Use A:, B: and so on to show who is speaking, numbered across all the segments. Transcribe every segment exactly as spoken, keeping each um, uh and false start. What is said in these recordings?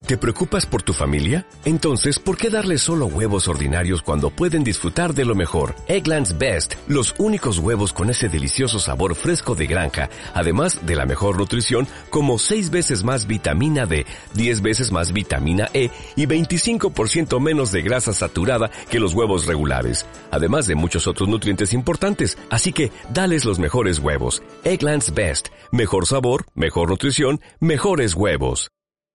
A: ¿Te preocupas por tu familia? Entonces, ¿por qué darles solo huevos ordinarios cuando pueden disfrutar de lo mejor? Eggland's Best, los únicos huevos con ese delicioso sabor fresco de granja, además de la mejor nutrición, como seis veces más vitamina D, diez veces más vitamina E y veinticinco por ciento menos de grasa saturada que los huevos regulares, además de muchos otros nutrientes importantes. Así que, dales los mejores huevos. Eggland's Best, mejor sabor, mejor nutrición, mejores huevos.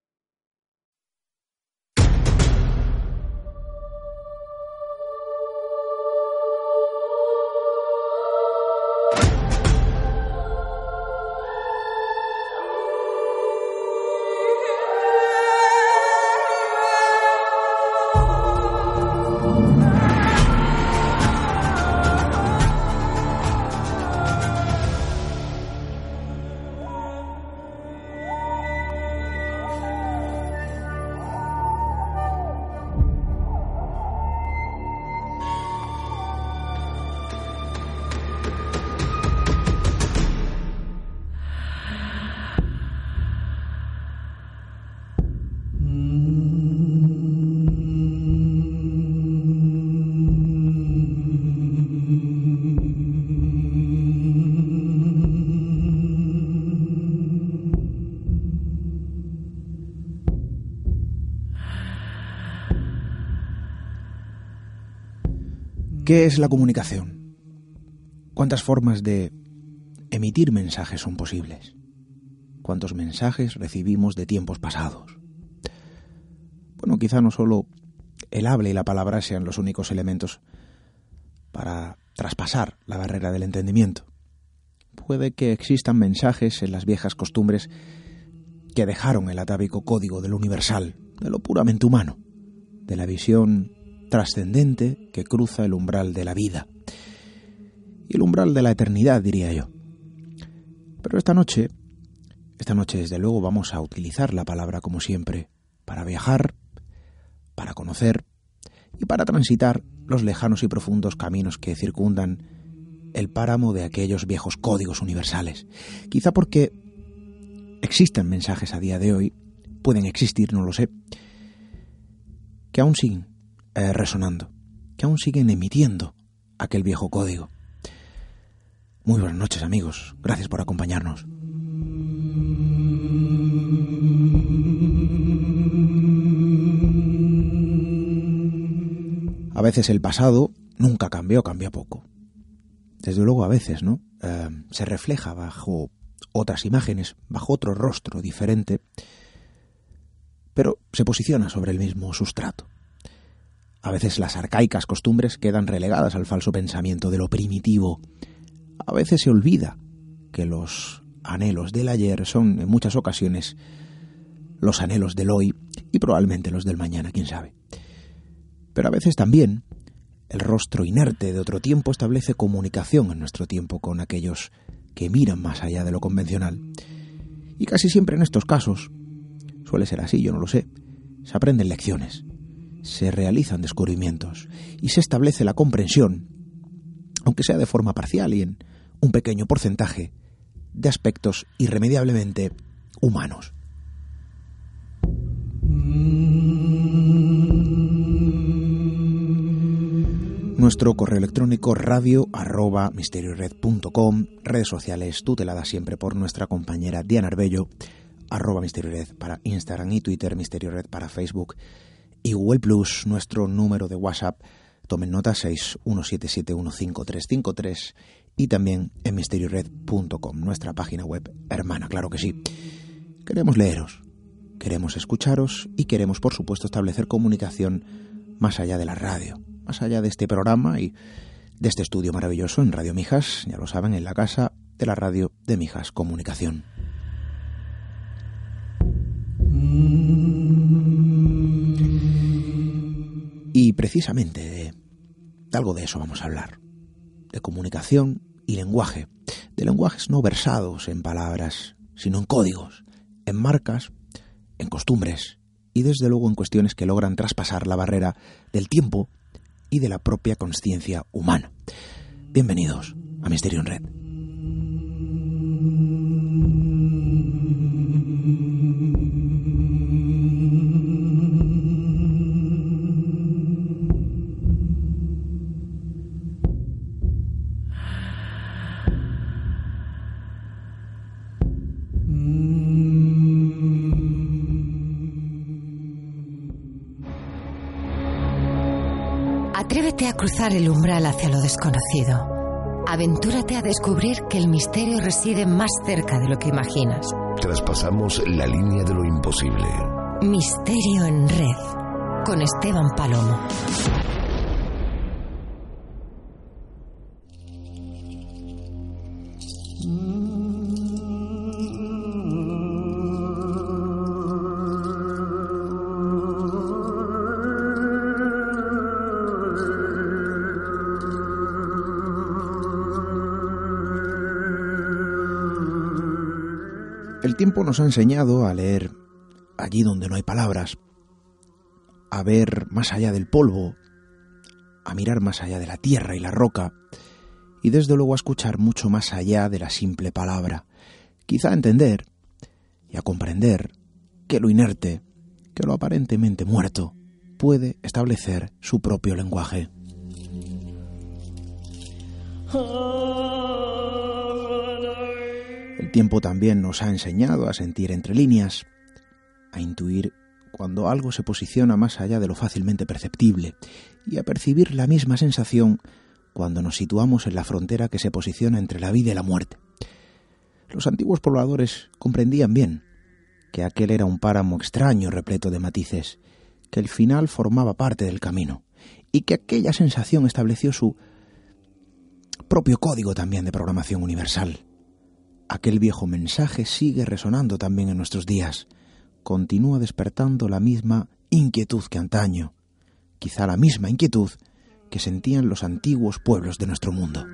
B: ¿Qué es la comunicación? ¿Cuántas formas de emitir mensajes son posibles? ¿Cuántos mensajes recibimos de tiempos pasados? Bueno, quizá no solo el habla y la palabra sean los únicos elementos para traspasar la barrera del entendimiento. Puede que existan mensajes en las viejas costumbres que dejaron el atávico código de lo universal, de lo puramente humano, de la visión trascendente que cruza el umbral de la vida y el umbral de la eternidad, diría yo. Pero esta noche, esta noche desde luego vamos a utilizar la palabra como siempre, para viajar, para conocer y para transitar los lejanos y profundos caminos que circundan el páramo de aquellos viejos códigos universales. Quizá porque existen mensajes a día de hoy, pueden existir, no lo sé, que aún siguen Eh, resonando, que aún siguen emitiendo aquel viejo código. Muy buenas noches, amigos. Gracias por acompañarnos. A veces el pasado nunca cambió, cambia poco. Desde luego a veces, ¿no? Eh, se refleja bajo otras imágenes, bajo otro rostro diferente, pero se posiciona sobre el mismo sustrato. A veces las arcaicas costumbres quedan relegadas al falso pensamiento de lo primitivo. A veces se olvida que los anhelos del ayer son, en muchas ocasiones, los anhelos del hoy y probablemente los del mañana, quién sabe. Pero a veces también el rostro inerte de otro tiempo establece comunicación en nuestro tiempo con aquellos que miran más allá de lo convencional. Y casi siempre en estos casos, suele ser así, yo no lo sé, se aprenden lecciones. Se realizan descubrimientos y se establece la comprensión, aunque sea de forma parcial y en un pequeño porcentaje, de aspectos irremediablemente humanos. Nuestro correo electrónico radio arroba misteriored punto com, redes sociales tuteladas siempre por nuestra compañera Diana Arbello, arroba misteriored para Instagram y Twitter, misteriored para Facebook y Google Plus, nuestro número de WhatsApp, tomen nota, seis uno siete siete uno cinco tres cinco tres, y también en misteriored punto com, nuestra página web hermana, claro que sí. Queremos leeros, queremos escucharos y queremos, por supuesto, establecer comunicación más allá de la radio, más allá de este programa y de este estudio maravilloso en Radio Mijas, ya lo saben, en la casa de la radio de Mijas Comunicación. Y precisamente de, de algo de eso vamos a hablar, de comunicación y lenguaje, de lenguajes no versados en palabras, sino en códigos, en marcas, en costumbres y desde luego en cuestiones que logran traspasar la barrera del tiempo y de la propia consciencia humana. Bienvenidos a Misterio en Red.
C: Atrévete a cruzar el umbral hacia lo desconocido. Aventúrate a descubrir que el misterio reside más cerca de lo que imaginas.
D: Traspasamos la línea de lo imposible.
C: Misterio en Red, con Esteban Palomo.
B: El tiempo nos ha enseñado a leer allí donde no hay palabras, a ver más allá del polvo, a mirar más allá de la tierra y la roca, y desde luego a escuchar mucho más allá de la simple palabra, quizá a entender y a comprender que lo inerte, que lo aparentemente muerto, puede establecer su propio lenguaje. El tiempo también nos ha enseñado a sentir entre líneas, a intuir cuando algo se posiciona más allá de lo fácilmente perceptible y a percibir la misma sensación cuando nos situamos en la frontera que se posiciona entre la vida y la muerte. Los antiguos pobladores comprendían bien que aquel era un páramo extraño repleto de matices, que el final formaba parte del camino y que aquella sensación estableció su propio código también de programación universal. Aquel viejo mensaje sigue resonando también en nuestros días. Continúa despertando la misma inquietud que antaño, quizá la misma inquietud que sentían los antiguos pueblos de nuestro mundo.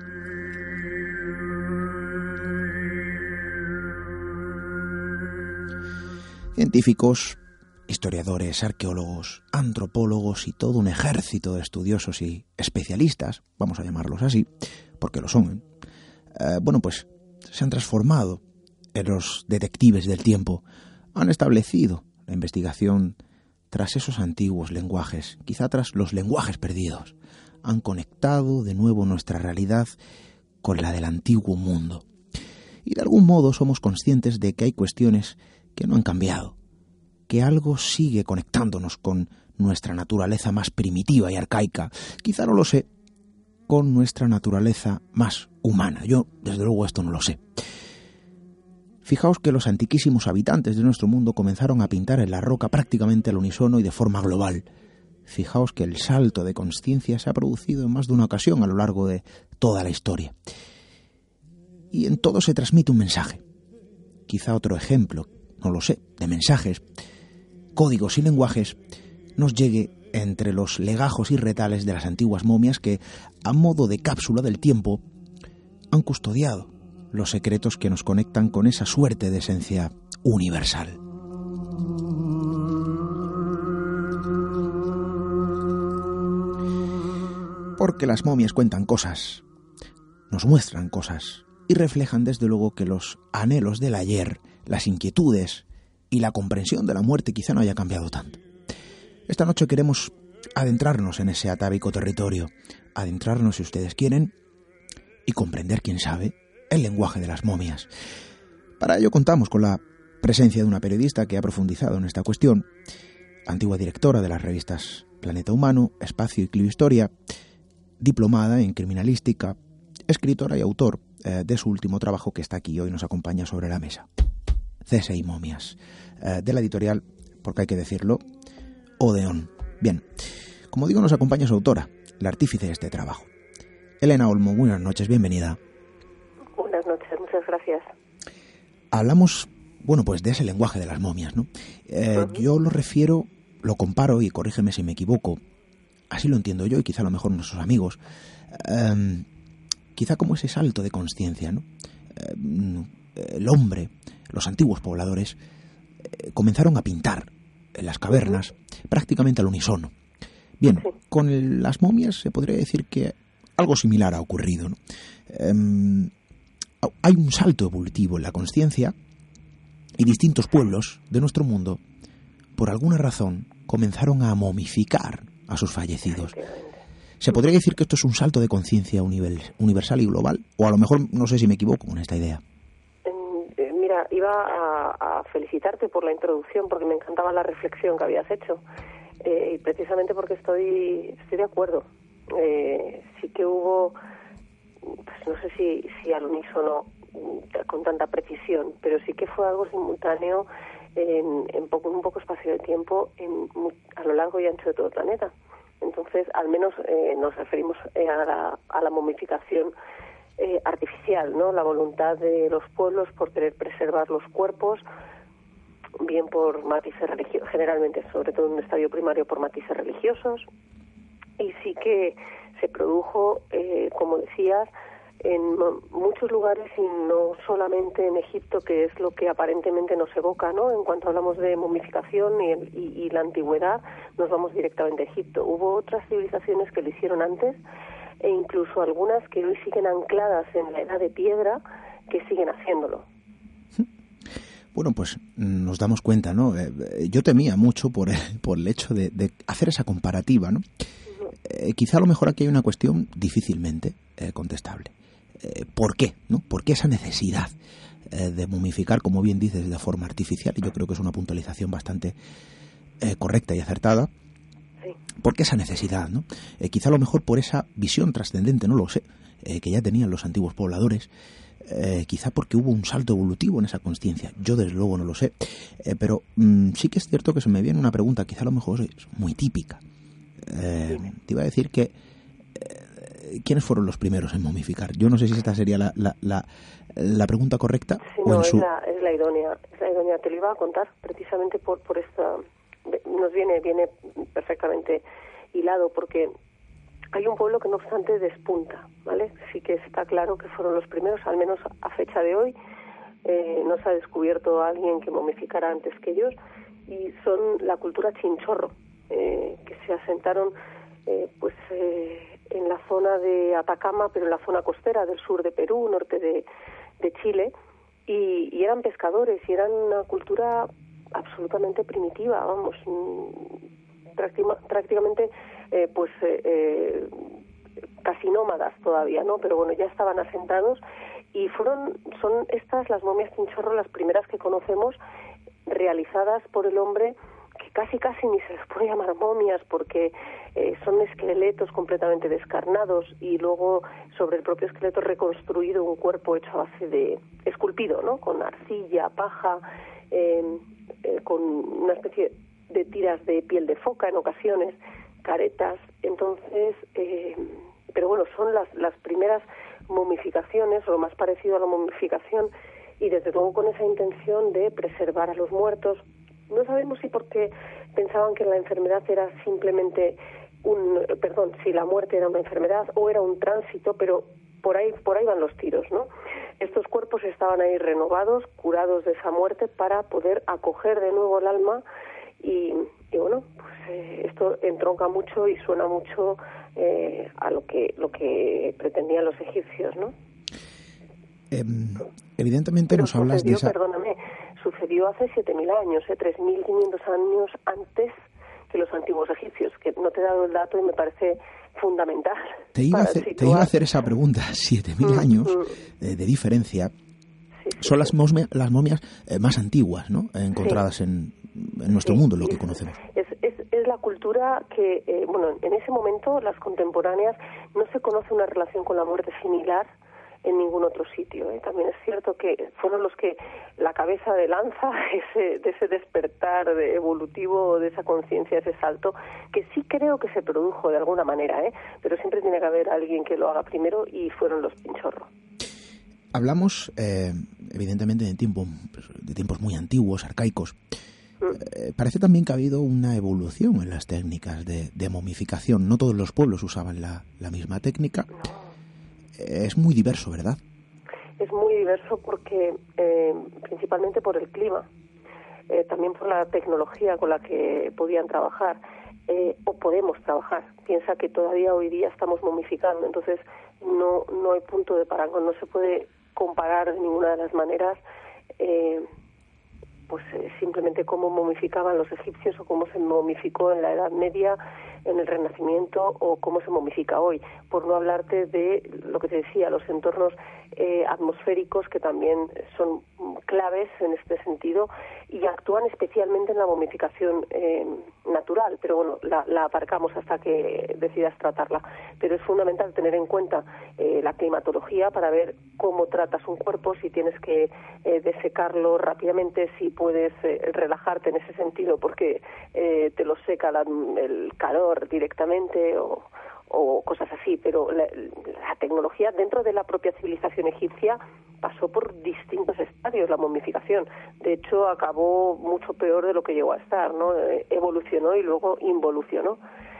B: Científicos, historiadores, arqueólogos, antropólogos y todo un ejército de estudiosos y especialistas, vamos a llamarlos así, porque lo son, eh, bueno, pues se han transformado en los detectives del tiempo, han establecido la investigación tras esos antiguos lenguajes, quizá tras los lenguajes perdidos, han conectado de nuevo nuestra realidad con la del antiguo mundo. Y de algún modo somos conscientes de que hay cuestiones que no han cambiado, que algo sigue conectándonos con nuestra naturaleza más primitiva y arcaica, quizá no lo sé, con nuestra naturaleza más humana. Yo, desde luego, esto no lo sé. Fijaos que los antiquísimos habitantes de nuestro mundo comenzaron a pintar en la roca prácticamente al unísono y de forma global. Fijaos que el salto de conciencia se ha producido en más de una ocasión a lo largo de toda la historia. Y en todo se transmite un mensaje. Quizá otro ejemplo, no lo sé, de mensajes, códigos y lenguajes nos llegue entre los legajos y retales de las antiguas momias que, a modo de cápsula del tiempo, han custodiado los secretos que nos conectan con esa suerte de esencia universal. Porque las momias cuentan cosas, nos muestran cosas y reflejan desde luego que los anhelos del ayer, las inquietudes y la comprensión de la muerte quizá no haya cambiado tanto. Esta noche queremos adentrarnos en ese atávico territorio, adentrarnos, si ustedes quieren, y comprender, quién sabe, el lenguaje de las momias. Para ello contamos con la presencia de una periodista que ha profundizado en esta cuestión, antigua directora de las revistas Planeta Humano, Espacio y Clio Historia, diplomada en criminalística, escritora y autor eh, de su último trabajo que está aquí hoy nos acompaña sobre la mesa. C S I Momias, eh, de la editorial, porque hay que decirlo, Odeón. Bien, como digo, nos acompaña su autora, la artífice de este trabajo. Elena Olmo, buenas noches, bienvenida.
E: Buenas noches, muchas gracias.
B: Hablamos, bueno, pues de ese lenguaje de las momias, ¿no? Eh, uh-huh. Yo lo refiero, lo comparo, y corrígeme si me equivoco, así lo entiendo yo y quizá a lo mejor nuestros amigos, eh, quizá como ese salto de conciencia, ¿no? Eh, el hombre, los antiguos pobladores, eh, comenzaron a pintar en las cavernas, uh-huh, prácticamente al unísono. Bien, sí. Con el, las momias se podría decir que algo similar ha ocurrido, ¿no? Eh, hay un salto evolutivo en la conciencia y distintos pueblos de nuestro mundo, por alguna razón, comenzaron a momificar a sus fallecidos. ¿Se podría decir que esto es un salto de conciencia universal y global? O a lo mejor no sé si me equivoco con esta idea.
E: Mira, iba a, a felicitarte por la introducción porque me encantaba la reflexión que habías hecho, eh, y precisamente porque estoy estoy de acuerdo. eh, sí que hubo, pues no sé si, si al unísono con tanta precisión, pero sí que fue algo simultáneo en, en poco, un poco espacio de tiempo en, a lo largo y ancho de todo el planeta. Entonces, al menos eh, nos referimos eh, a, la, a la momificación eh, artificial, ¿no? La voluntad de los pueblos por querer preservar los cuerpos, bien por matices religiosos, generalmente, sobre todo en un estadio primario, por matices religiosos, y sí que se produjo, eh, como decías, en muchos lugares y no solamente en Egipto, que es lo que aparentemente nos evoca, ¿no? En cuanto hablamos de momificación y, el, y, y la antigüedad, nos vamos directamente a Egipto. Hubo otras civilizaciones que lo hicieron antes e incluso algunas que hoy siguen ancladas en la edad de piedra que siguen haciéndolo.
B: Bueno, pues nos damos cuenta, ¿no? Eh, yo temía mucho por el, por el hecho de, de hacer esa comparativa, ¿no? Eh, quizá a lo mejor aquí hay una cuestión difícilmente eh, contestable. Eh, ¿Por qué? ¿No? ¿Por qué esa necesidad eh, de momificar, como bien dices, de forma artificial? Y yo creo que es una puntualización bastante eh, correcta y acertada.
E: Sí.
B: ¿Por qué esa necesidad, no? Eh, quizá a lo mejor por esa visión trascendente, no lo sé, eh, que ya tenían los antiguos pobladores. Eh, quizá porque hubo un salto evolutivo en esa consciencia. Yo desde luego no lo sé. Eh, pero mmm, sí que es cierto que se me viene una pregunta, quizá a lo mejor es muy típica. Eh, te iba a decir que eh, ¿quiénes fueron los primeros en momificar? Yo no sé si esta sería la, la, la, la pregunta correcta.
E: Sí,
B: o
E: no,
B: en
E: es,
B: su...
E: la, es la idónea. Es la idónea. Te lo iba a contar precisamente por, por esta... Nos viene, viene perfectamente hilado porque hay un pueblo que no obstante despunta, ¿vale? Sí que está claro que fueron los primeros, al menos a fecha de hoy. Eh, no se ha descubierto a alguien que momificara antes que ellos y son la cultura chinchorro. Eh, que se asentaron eh, pues eh, en la zona de Atacama, pero en la zona costera del sur de Perú, norte de, de Chile, y, y eran pescadores, y eran una cultura absolutamente primitiva, vamos, prácticamente eh, pues eh, eh, casi nómadas todavía, ¿no? Pero bueno, ya estaban asentados, y fueron, son estas, las momias chinchorro, las primeras que conocemos realizadas por el hombre, que casi casi ni se les puede llamar momias porque eh, son esqueletos completamente descarnados y luego sobre el propio esqueleto reconstruido un cuerpo hecho a base de esculpido, ¿no? Con arcilla, paja, eh, eh, con una especie de tiras de piel de foca en ocasiones, caretas. Entonces, eh, pero bueno, son las, las primeras momificaciones, o lo más parecido a la momificación, y desde luego con esa intención de preservar a los muertos. No sabemos si porque pensaban que la enfermedad era simplemente un, perdón, si la muerte era una enfermedad o era un tránsito, pero por ahí, por ahí van los tiros, ¿no? Estos cuerpos estaban ahí renovados, curados de esa muerte para poder acoger de nuevo el alma y, y bueno, pues eh, esto entronca mucho y suena mucho eh, a lo que, lo que pretendían los egipcios, ¿no?
B: Eh, evidentemente
E: pero
B: nos hablas
E: sucedió,
B: de esa...
E: Perdóname, sucedió hace siete mil años, eh, tres mil quinientos años antes que los antiguos egipcios, que no te he dado el dato y me parece fundamental.
B: Te iba, a hacer, te iba a hacer esa pregunta. siete mil años mm. eh, de diferencia
E: sí, sí,
B: son
E: sí.
B: Las, mosme, las momias eh, más antiguas, ¿no? Eh, encontradas sí. en, en nuestro sí, mundo, lo que
E: es,
B: conocemos.
E: Es, es, es la cultura que, eh, bueno, en ese momento, las contemporáneas, no se conoce una relación con la muerte similar en ningún otro sitio. ¿eh? También es cierto que fueron los que la cabeza de lanza ese, de ese despertar de evolutivo, de esa conciencia, ese salto, que sí creo que se produjo de alguna manera, ¿eh? pero siempre tiene que haber alguien que lo haga primero y fueron los Chinchorro.
B: Hablamos, eh, evidentemente, de, tiempo, de tiempos muy antiguos, arcaicos. Mm. Eh, parece también que ha habido una evolución en las técnicas de, de momificación. No todos los pueblos usaban la, la misma técnica. No. Es muy diverso, ¿verdad?
E: Es muy diverso porque, eh, principalmente por el clima, eh, también por la tecnología con la que podían trabajar, eh, o podemos trabajar. Piensa que todavía hoy día estamos momificando, entonces no, no hay punto de parangón, no se puede comparar de ninguna de las maneras, eh, pues eh, simplemente cómo momificaban los egipcios o cómo se momificó en la Edad Media, en el Renacimiento, o cómo se momifica hoy, por no hablarte de lo que te decía, los entornos eh, atmosféricos que también son claves en este sentido y actúan especialmente en la momificación eh, natural, pero bueno, la, la aparcamos hasta que decidas tratarla. Pero es fundamental tener en cuenta eh, la climatología para ver cómo tratas un cuerpo, si tienes que eh, desecarlo rápidamente, si puedes eh, relajarte en ese sentido porque eh, te lo seca la, el calor directamente o, o cosas así. Pero la, la tecnología dentro de la propia civilización egipcia pasó por distintos estadios la momificación. De hecho, acabó mucho peor de lo que llegó a estar, ¿no? Evolucionó y luego involucionó.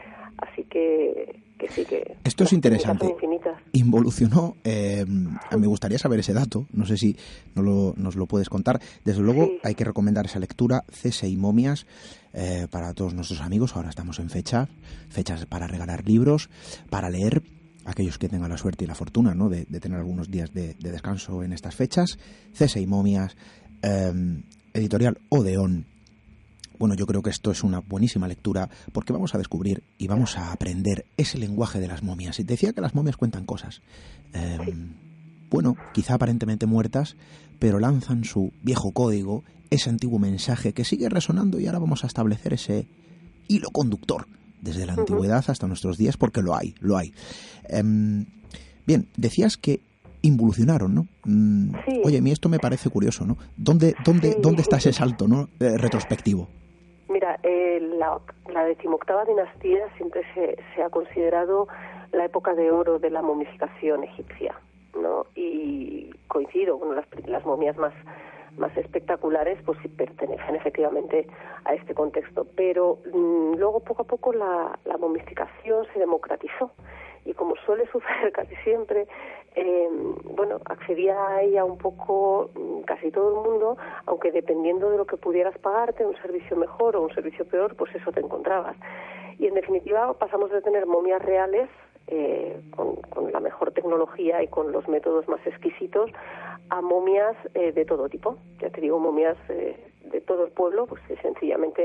E: Así que, que sí que...
B: Esto es interesante. Involucionó. Eh, me gustaría saber ese dato. No sé si no lo, nos lo puedes contar. Desde luego, sí, hay que recomendar esa lectura, Cese y momias, eh, para todos nuestros amigos. Ahora estamos en fechas, fechas para regalar libros, para leer. Aquellos que tengan la suerte y la fortuna, ¿no?, de, de tener algunos días de, de descanso en estas fechas. Cese y momias, eh, editorial Odeón. Bueno, yo creo que esto es una buenísima lectura porque vamos a descubrir y vamos a aprender ese lenguaje de las momias. Y te decía que las momias cuentan cosas, eh, bueno, quizá aparentemente muertas, pero lanzan su viejo código, ese antiguo mensaje que sigue resonando, y ahora vamos a establecer ese hilo conductor desde la antigüedad hasta nuestros días, porque lo hay, lo hay. Eh, bien, decías que involucionaron, ¿no? Mm,
E: sí.
B: Oye, a mí esto me parece curioso, ¿no? ¿Dónde, dónde,
E: sí.
B: ¿dónde está ese salto, ¿no?, eh, retrospectivo?
E: Mira, eh, la, la decimoctava dinastía siempre se, se ha considerado la época de oro de la momificación egipcia, ¿no? Y coincido, bueno, las, las momias más más espectaculares pues sí pertenecen efectivamente a este contexto, pero mmm, luego poco a poco la, la momificación se democratizó y, como suele suceder casi siempre, eh, bueno, accedía a ella un poco mmm, casi todo el mundo, aunque dependiendo de lo que pudieras pagarte, un servicio mejor o un servicio peor, pues eso te encontrabas. Y en definitiva pasamos de tener momias reales Eh, con, con la mejor tecnología y con los métodos más exquisitos, a momias eh, de todo tipo. Ya te digo, momias eh, de todo el pueblo, pues eh, sencillamente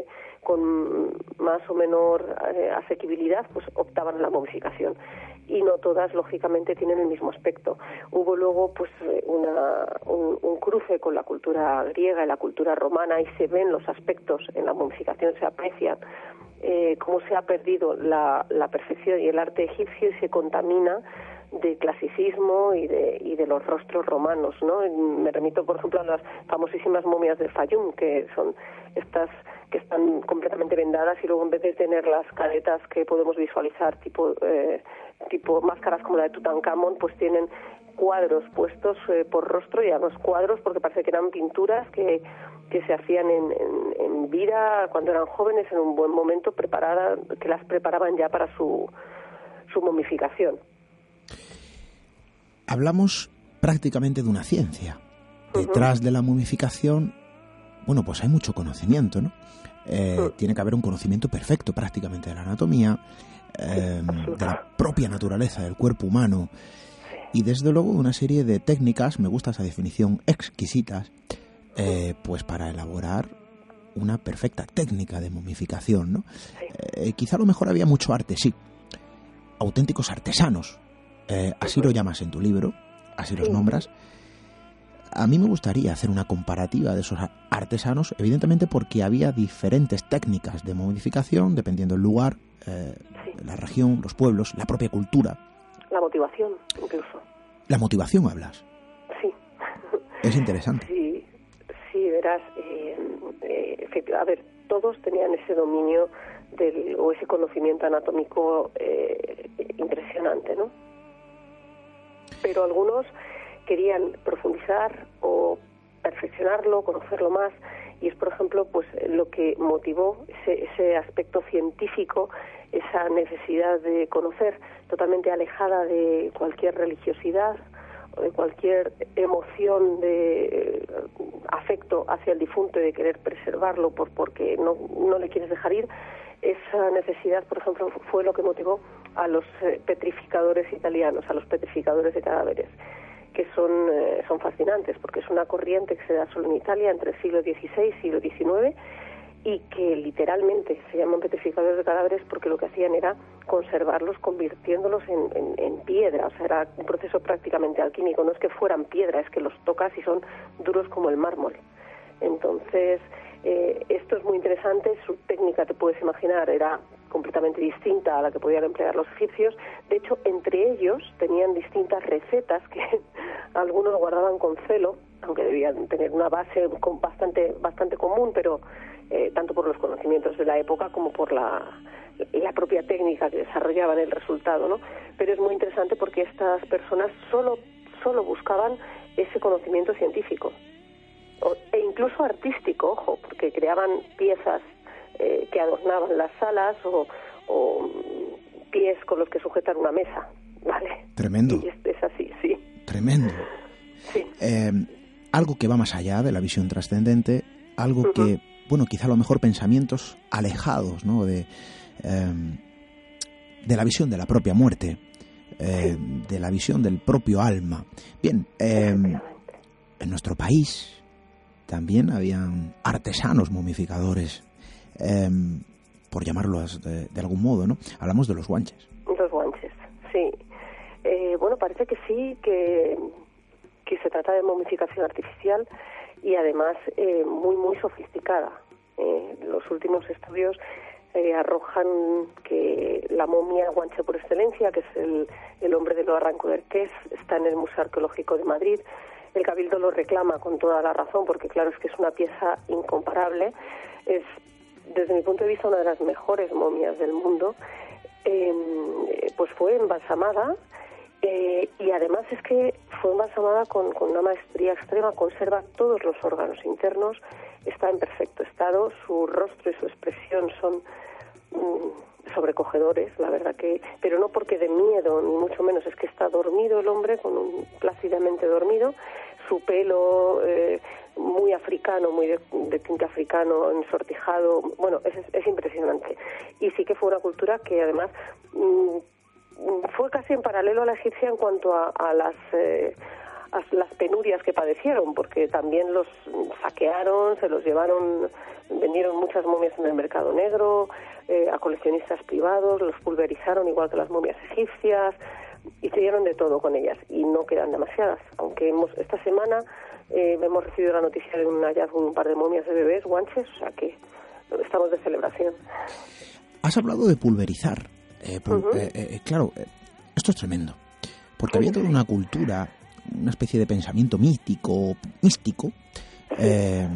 E: con más o menor eh, asequibilidad, pues optaban a la momificación. Y no todas, lógicamente, tienen el mismo aspecto. Hubo luego pues una, un, un cruce con la cultura griega y la cultura romana, y se ven los aspectos en la momificación, se aprecian eh, cómo se ha perdido la, la perfección y el arte egipcio, y se contamina de clasicismo y de, y de los rostros romanos, ¿no? Me remito, por ejemplo, a las famosísimas momias de Fayum, que son estas que están completamente vendadas, y luego, en vez de tener las caretas que podemos visualizar, tipo eh, tipo máscaras como la de Tutankamón, pues tienen cuadros puestos eh, por rostro, y además cuadros porque parece que eran pinturas que, que se hacían en, en, en vida, cuando eran jóvenes, en un buen momento, preparada, que las preparaban ya para su, su momificación.
B: Hablamos prácticamente de una ciencia. Detrás uh-huh. de la momificación, bueno, pues hay mucho conocimiento, ¿no? Eh, uh-huh. Tiene que haber un conocimiento perfecto prácticamente de la anatomía, eh, de la propia naturaleza del cuerpo humano, y desde luego una serie de técnicas, me gusta esa definición, exquisitas, eh, pues para elaborar una perfecta técnica de momificación, ¿no? Eh, quizá a lo mejor había mucho arte, sí, auténticos artesanos. Eh, así lo llamas en tu libro, así los nombras. A mí me gustaría hacer una comparativa de esos artesanos, evidentemente porque había diferentes técnicas de momificación dependiendo del lugar, eh, la región, los pueblos, la propia cultura.
E: La motivación, incluso.
B: ¿La motivación hablas?
E: Sí.
B: Es interesante.
E: Sí, sí, verás, eh, eh, a ver, todos tenían ese dominio del, o ese conocimiento anatómico eh, impresionante, ¿no? Pero algunos querían profundizar o perfeccionarlo, conocerlo más, y es, por ejemplo, pues lo que motivó ese, ese aspecto científico, esa necesidad de conocer, totalmente alejada de cualquier religiosidad o de cualquier emoción de eh, afecto hacia el difunto y de querer preservarlo por porque no, no le quieres dejar ir. Esa necesidad, por ejemplo, fue lo que motivó a los eh, petrificadores italianos, a los petrificadores de cadáveres, que son, eh, son fascinantes, porque es una corriente que se da solo en Italia entre el siglo dieciséis y siglo diecinueve, y que literalmente se llaman petrificadores de cadáveres porque lo que hacían era conservarlos convirtiéndolos en, en, en piedra. O sea, era un proceso prácticamente alquímico. No es que fueran piedra, es que los tocas y son duros como el mármol. Entonces, Eh, esto es muy interesante, su técnica, te puedes imaginar, era completamente distinta a la que podían emplear los egipcios. De hecho, entre ellos tenían distintas recetas que algunos guardaban con celo, aunque debían tener una base con bastante bastante común, pero eh, tanto por los conocimientos de la época como por la, la propia técnica que desarrollaban el resultado, ¿no? Pero es muy interesante porque estas personas solo, solo buscaban ese conocimiento científico. O, e incluso artístico, ojo, porque creaban piezas eh, que adornaban las salas o, o pies con los que sujetar una mesa, ¿vale?
B: Tremendo.
E: Y es, es así, sí.
B: Tremendo.
E: Sí.
B: Eh, algo que va más allá de la visión trascendente, algo uh-huh. que, bueno, quizá a lo mejor pensamientos alejados, ¿no?, de, eh, de la visión de la propia muerte, eh, sí. de la visión del propio alma. Bien, eh, en nuestro país también habían artesanos momificadores, eh, por llamarlos de, de algún modo, ¿no? Hablamos de los guanches.
E: Los guanches, sí. Eh, bueno, parece que sí, que, que se trata de momificación artificial y además eh, muy, muy sofisticada. Eh, los últimos estudios eh, arrojan que la momia guanche por excelencia, que es el, el hombre de lo Arranco de Arqués, está en el Museo Arqueológico de Madrid. El Cabildo lo reclama con toda la razón, porque claro, es que es una pieza incomparable. Es, desde mi punto de vista, una de las mejores momias del mundo. Eh, pues fue embalsamada eh, y además es que fue embalsamada con, con una maestría extrema, conserva todos los órganos internos, está en perfecto estado, su rostro y su expresión son mmm, sobrecogedores, la verdad que, pero no porque de miedo, ni mucho menos, es que está dormido el hombre, con un plácidamente dormido, su pelo eh, muy africano, muy de, de tinte africano, ensortijado, bueno, es, es impresionante. Y sí que fue una cultura que además mmm, fue casi en paralelo a la egipcia en cuanto a, a las eh, a las penurias que padecieron, porque también los saquearon, se los llevaron, vendieron muchas momias en el mercado negro, eh, a coleccionistas privados, los pulverizaron igual que las momias egipcias, hicieron de todo con ellas y no quedan demasiadas, aunque hemos esta semana eh, hemos recibido la noticia de un hallazgo de un par de momias de bebés, guanches, o sea que estamos de celebración.
B: Has hablado de pulverizar. Eh, pul- uh-huh. eh, eh, claro, eh, esto es tremendo, porque había toda una cultura, una especie de pensamiento místico, místico, eh,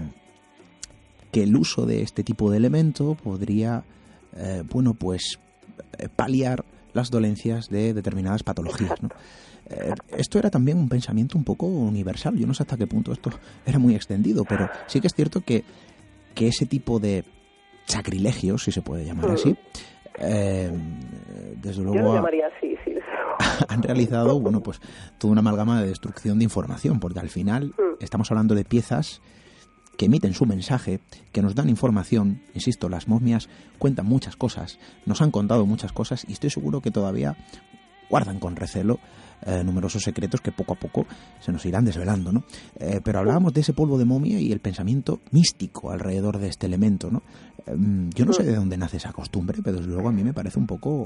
B: que el uso de este tipo de elemento podría, eh, bueno, pues eh, paliar las dolencias de determinadas patologías, ¿no? Eh, esto era también un pensamiento un poco universal. Yo no sé hasta qué punto esto era muy extendido, pero sí que es cierto que, que ese tipo de sacrilegios, si se puede llamar así, eh, desde luego
E: Yo lo llamaría así, sí.
B: han realizado, bueno, pues toda una amalgama de destrucción de información, porque al final mm. estamos hablando de piezas que emiten su mensaje, que nos dan información. Insisto, las momias cuentan muchas cosas, nos han contado muchas cosas y estoy seguro que todavía guardan con recelo eh, numerosos secretos que poco a poco se nos irán desvelando, ¿no? Eh, pero hablábamos de ese polvo de momia y el pensamiento místico alrededor de este elemento, ¿no? Eh, yo no sé de dónde nace esa costumbre, pero desde luego a mí me parece un poco,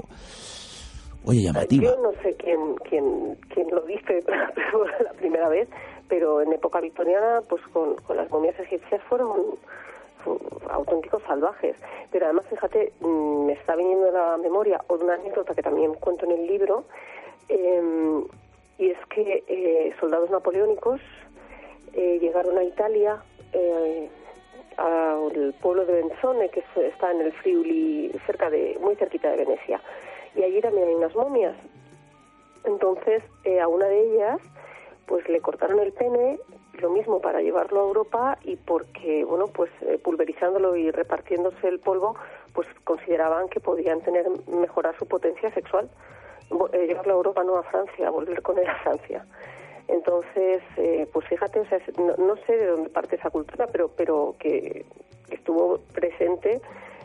B: oye, llamativa.
E: Yo no sé quién quién quién lo dice la primera vez, pero en época victoriana, pues con, con las momias egipcias fueron auténticos salvajes. Pero además, fíjate, me está viniendo a la memoria una anécdota que también cuento en el libro, eh, y es que eh, soldados napoleónicos eh, llegaron a Italia, eh, al pueblo de Benzone, que está en el Friuli, cerca de, muy cerquita de Venecia, y allí también hay unas momias. Entonces, eh, a una de ellas pues le cortaron el pene, lo mismo para llevarlo a Europa, y porque, bueno, pues eh, pulverizándolo y repartiéndose el polvo, pues consideraban que podían tener mejorar su potencia sexual. Eh, llevarlo a Europa, no a Francia, volver con él a Francia. Entonces, eh, pues fíjate, o sea, no, no sé de dónde parte esa cultura, pero pero que estuvo presente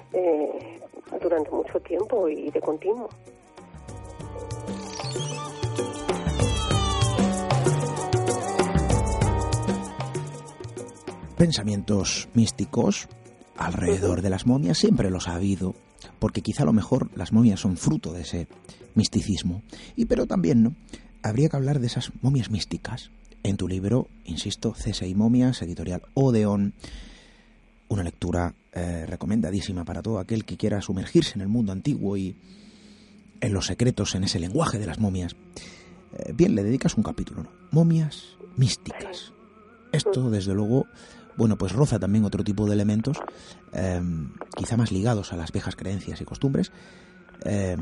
E: eh, durante mucho tiempo y de continuo.
B: Pensamientos místicos alrededor de las momias siempre los ha habido, porque quizá a lo mejor las momias son fruto de ese misticismo. Y pero también, ¿no?, habría que hablar de esas momias místicas. En tu libro, insisto, C S I Momias, editorial Odeón, una lectura eh, recomendadísima para todo aquel que quiera sumergirse en el mundo antiguo y en los secretos, en ese lenguaje de las momias. Eh, bien, le dedicas un capítulo, ¿no? Momias místicas. Esto, desde luego, bueno, pues roza también otro tipo de elementos, eh, quizá más ligados a las viejas creencias y costumbres. Eh,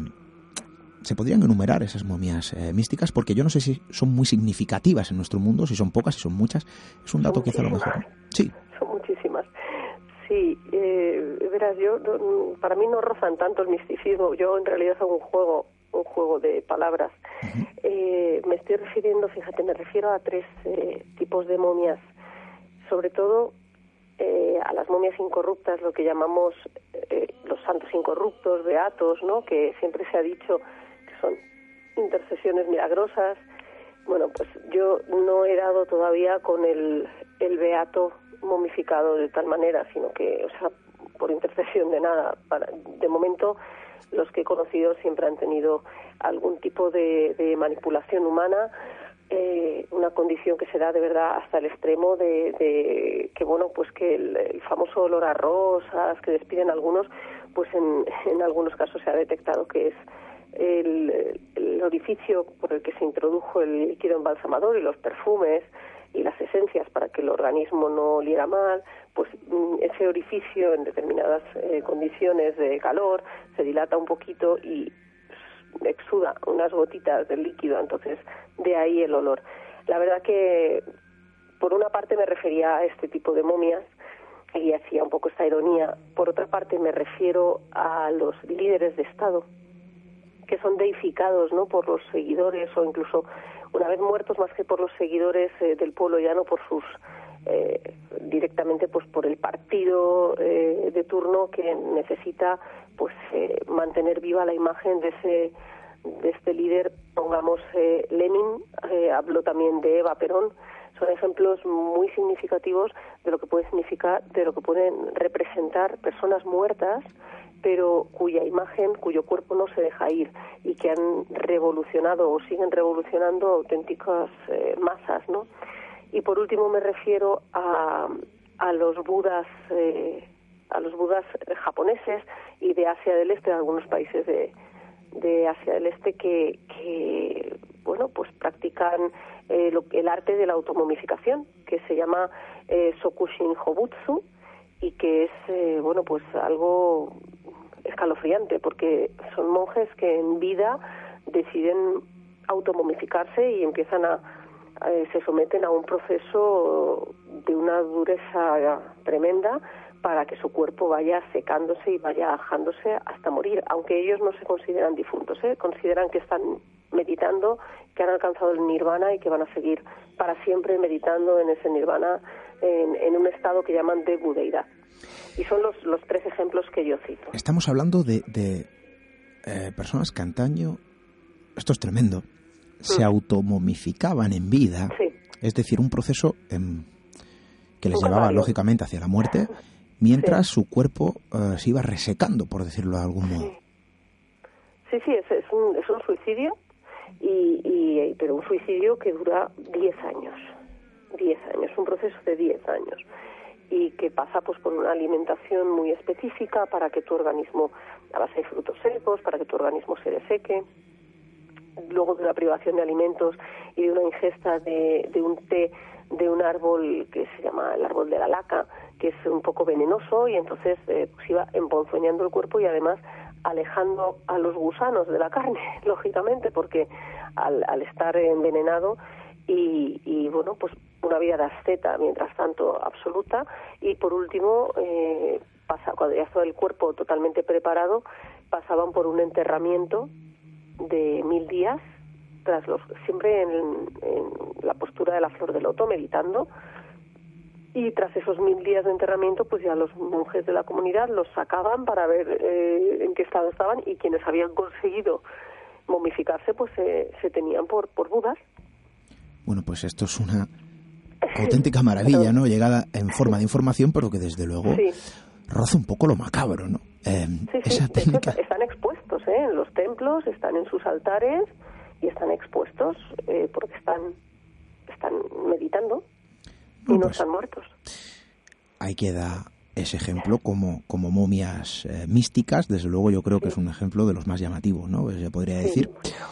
B: se podrían enumerar esas momias eh, místicas, porque yo no sé si son muy significativas en nuestro mundo, si son pocas, si son muchas. Es un dato quizá a lo mejor, ¿no? Sí.
E: Son muchísimas. Sí, eh, verás, yo, para mí no rozan tanto el misticismo. Yo en realidad hago un juego, un juego de palabras. Uh-huh. Eh, me estoy refiriendo, fíjate, me refiero a tres eh, tipos de momias. Sobre todo eh, a las momias incorruptas, lo que llamamos eh, los santos incorruptos, beatos, ¿no? Que siempre se ha dicho que son intercesiones milagrosas. Bueno, pues yo no he dado todavía con el, el beato momificado de tal manera, sino que, o sea, por intercesión de nada. Para, de momento, los que he conocido siempre han tenido algún tipo de, de manipulación humana, eh, una condición que se da de verdad hasta el extremo de, de que, bueno, pues que el, el famoso olor a rosas que despiden algunos, pues en, en algunos casos se ha detectado que es el, el orificio por el que se introdujo el líquido embalsamador y los perfumes y las esencias para que el organismo no oliera mal. Pues ese orificio en determinadas eh, condiciones de calor se dilata un poquito y exuda unas gotitas del líquido, entonces de ahí el olor. La verdad que por una parte me refería a este tipo de momias y hacía un poco esta ironía, por otra parte me refiero a los líderes de Estado que son deificados, ¿no?, por los seguidores o incluso una vez muertos más que por los seguidores eh, del pueblo llano, por sus eh, directamente pues por el partido eh, de turno que necesita pues eh, mantener viva la imagen de ese de este líder. Pongamos eh, Lenin, eh, habló también de Eva Perón. Son ejemplos muy significativos de lo que puede significar, de lo que pueden representar personas muertas, pero cuya imagen, cuyo cuerpo no se deja ir y que han revolucionado o siguen revolucionando auténticas eh, masas, ¿no? Y por último me refiero a, a los budas, eh, a los budas japoneses y de Asia del Este, de algunos países de, de Asia del Este que, que bueno, pues practican eh, lo, el arte de la automomificación, que se llama eh, Sokushin Hobutsu, y que es eh, bueno, pues algo escalofriante, porque son monjes que en vida deciden automomificarse y empiezan a, a se someten a un proceso de una dureza tremenda para que su cuerpo vaya secándose y vaya ajándose hasta morir, aunque ellos no se consideran difuntos, ¿eh? Consideran que están meditando, que han alcanzado el nirvana y que van a seguir para siempre meditando en ese nirvana, en, en un estado que llaman de budeidad. Y son los, los tres ejemplos que yo cito.
B: Estamos hablando de, de eh, personas que antaño, esto es tremendo, se mm. automomificaban en vida,
E: sí.
B: Es decir, un proceso eh, que les un llevaba barrio. lógicamente hacia la muerte, mientras sí. su cuerpo eh, se iba resecando, por decirlo de algún modo.
E: Sí, sí, es, es, un, es un suicidio, y, y pero un suicidio que dura diez años, diez años, un proceso de diez años. Y que pasa pues por una alimentación muy específica para que tu organismo, a base de frutos secos, para que tu organismo se deseque, luego de una privación de alimentos y de una ingesta de, de un té de un árbol que se llama el árbol de la laca, que es un poco venenoso, y entonces eh, pues iba emponzoñando el cuerpo y además alejando a los gusanos de la carne, lógicamente, porque al, al estar envenenado y, y bueno, pues una vida de asceta, mientras tanto, absoluta. Y por último, eh, pasa, cuando ya estaba el cuerpo totalmente preparado, pasaban por un enterramiento de mil días, tras los, siempre en, en la postura de la flor de loto, meditando. Y tras esos mil días de enterramiento, pues ya los monjes de la comunidad los sacaban para ver eh, en qué estado estaban, y quienes habían conseguido momificarse, pues eh, se tenían por, por budas.
B: Bueno, pues esto es una auténtica maravilla, ¿no? Llegada en forma de información, pero que desde luego sí. roza un poco lo macabro, ¿no? Eh,
E: sí, sí,
B: esa técnica...
E: están expuestos, ¿eh? En los templos, están en sus altares y están expuestos eh, porque están, están meditando y bueno, no pues, están muertos.
B: Ahí queda ese ejemplo como, como momias eh, místicas. Desde luego yo creo que es un ejemplo de los más llamativos, ¿no? Se podría decir.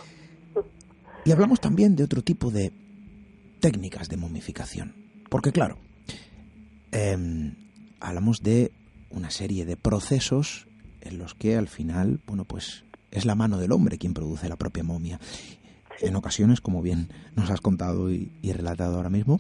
B: Y hablamos también de otro tipo de técnicas de momificación. Porque claro, eh, hablamos de una serie de procesos en los que al final, bueno, pues es la mano del hombre quien produce la propia momia. En ocasiones, como bien nos has contado y, y relatado ahora mismo,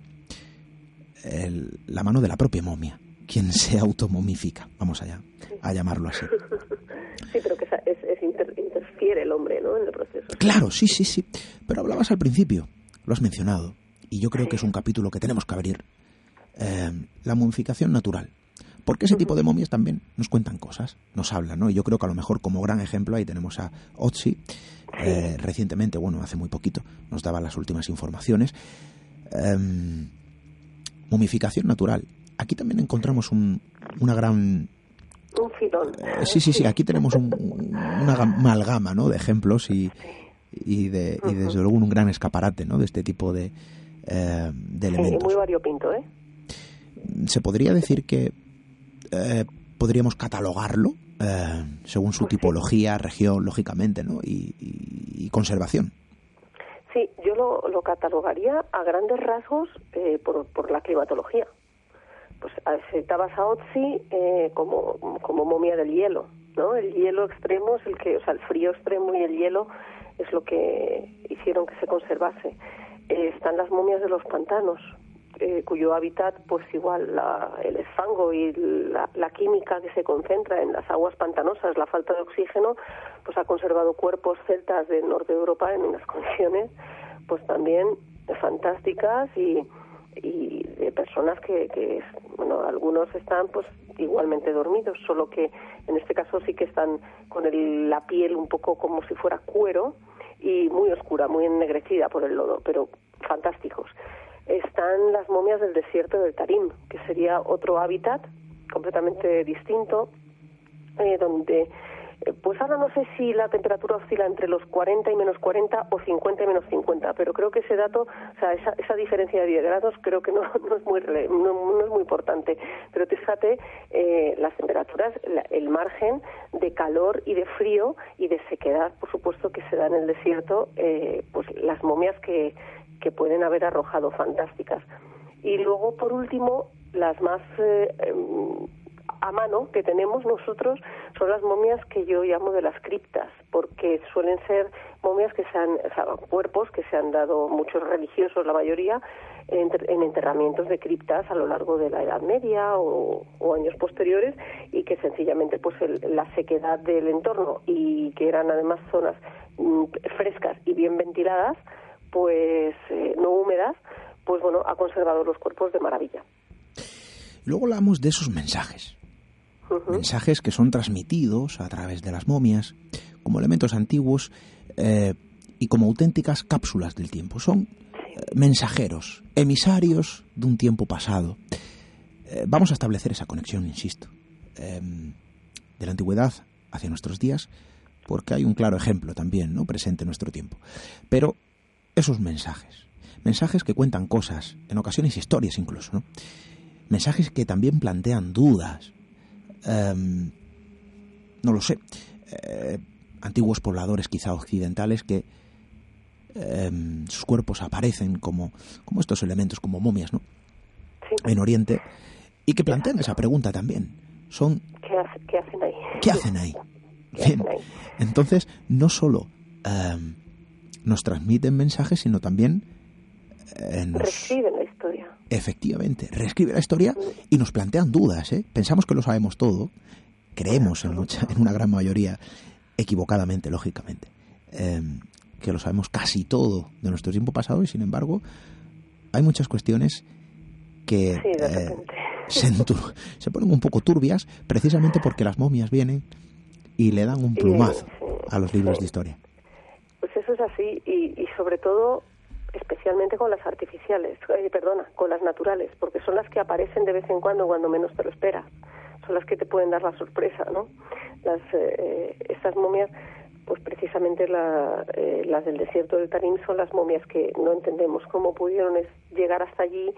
B: el, la mano de la propia momia, quien se automomifica, vamos allá a llamarlo así.
E: Sí, pero que es, es inter, interfiere el hombre, ¿no?, en el proceso.
B: Claro, sí, sí, sí. Pero hablabas al principio, lo has mencionado, y yo creo que es un capítulo que tenemos que abrir, eh, la momificación natural. Porque ese tipo de momias también nos cuentan cosas, nos hablan, ¿no? Y yo creo que a lo mejor como gran ejemplo ahí tenemos a Otzi, eh, recientemente, bueno, hace muy poquito, nos daba las últimas informaciones. Eh, momificación natural. Aquí también encontramos un, una gran...
E: Un filón.
B: Eh, sí, sí, sí, aquí tenemos un, una amalgama, ¿no?, de ejemplos y, y, de, y desde luego un gran escaparate, ¿no?, de este tipo de, eh, de elementos.
E: Sí, muy variopinto, ¿eh?
B: Se podría decir que Eh, podríamos catalogarlo eh, según su tipología, región, lógicamente, ¿no? Y, y, y conservación.
E: Sí, yo lo, lo catalogaría a grandes rasgos eh, por, por la climatología. Pues citabas a Otzi eh, como, como momia del hielo, ¿no? El hielo extremo es el que, o sea, el frío extremo y el hielo es lo que hicieron que se conservase. Eh, están las momias de los pantanos, Eh, cuyo hábitat, pues igual la, el fango y la, la química que se concentra en las aguas pantanosas, la falta de oxígeno, pues ha conservado cuerpos celtas del norte de Europa en unas condiciones pues también fantásticas y, y de personas que, que, bueno, algunos están pues igualmente dormidos, solo que en este caso sí que están con el, la piel un poco como si fuera cuero y muy oscura, muy ennegrecida por el lodo, pero fantásticos. Están las momias del desierto del Tarim, que sería otro hábitat completamente distinto, eh, donde, eh, pues ahora no sé si la temperatura oscila entre los cuarenta y menos cuarenta o cincuenta y menos cincuenta, pero creo que ese dato, o sea, esa, esa diferencia de diez grados creo que no, no, es, muy, no, no es muy importante. Pero fíjate, eh, las temperaturas, la, el margen de calor y de frío y de sequedad, por supuesto, que se da en el desierto, eh, pues las momias que que pueden haber arrojado fantásticas. Y luego, por último, las más eh, eh, a mano que tenemos nosotros son las momias que yo llamo de las criptas, porque suelen ser momias que se han, o sea, cuerpos que se han dado muchos religiosos, la mayoría, en, en enterramientos de criptas a lo largo de la Edad Media o, o años posteriores, y que sencillamente pues el, la sequedad del entorno, y que eran además zonas mm, frescas y bien ventiladas, pues eh, no húmedas, pues bueno, ha conservado los cuerpos de maravilla.
B: Luego hablamos de esos mensajes. Uh-huh. Mensajes que son transmitidos a través de las momias como elementos antiguos eh, y como auténticas cápsulas del tiempo. Son eh, mensajeros, emisarios de un tiempo pasado. Eh, vamos a establecer esa conexión, insisto, eh, de la antigüedad hacia nuestros días, porque hay un claro ejemplo también, ¿no?, presente en nuestro tiempo. Pero esos mensajes, mensajes que cuentan cosas, en ocasiones historias incluso, ¿no? Mensajes que también plantean dudas, eh, no lo sé, eh, antiguos pobladores quizá occidentales que eh, sus cuerpos aparecen como, como estos elementos, como momias, ¿no?, sí, en Oriente, y que plantean esa pregunta también. Son
E: ¿Qué, hace, qué hacen ahí?
B: ¿Qué hacen ahí?
E: ¿Qué hacen ahí?
B: Entonces, no solo eh, nos transmiten mensajes, sino también eh, nos...
E: reescriben la historia.
B: Efectivamente, reescriben la historia y nos plantean dudas, ¿eh? Pensamos que lo sabemos todo, creemos en, mucha, en una gran mayoría, equivocadamente, lógicamente, eh, que lo sabemos casi todo de nuestro tiempo pasado, y sin embargo hay muchas cuestiones que
E: sí,
B: eh, se, se ponen un poco turbias, precisamente porque las momias vienen y le dan un plumazo sí, sí, a los libros sí. de historia.
E: Pues eso es así, y, y sobre todo, especialmente con las artificiales, eh, perdona, con las naturales, porque son las que aparecen de vez en cuando, cuando menos te lo esperas. Son las que te pueden dar la sorpresa, ¿no? Las, eh, estas momias, pues precisamente la, eh, las del desierto del Tarim son las momias que no entendemos cómo pudieron llegar hasta allí,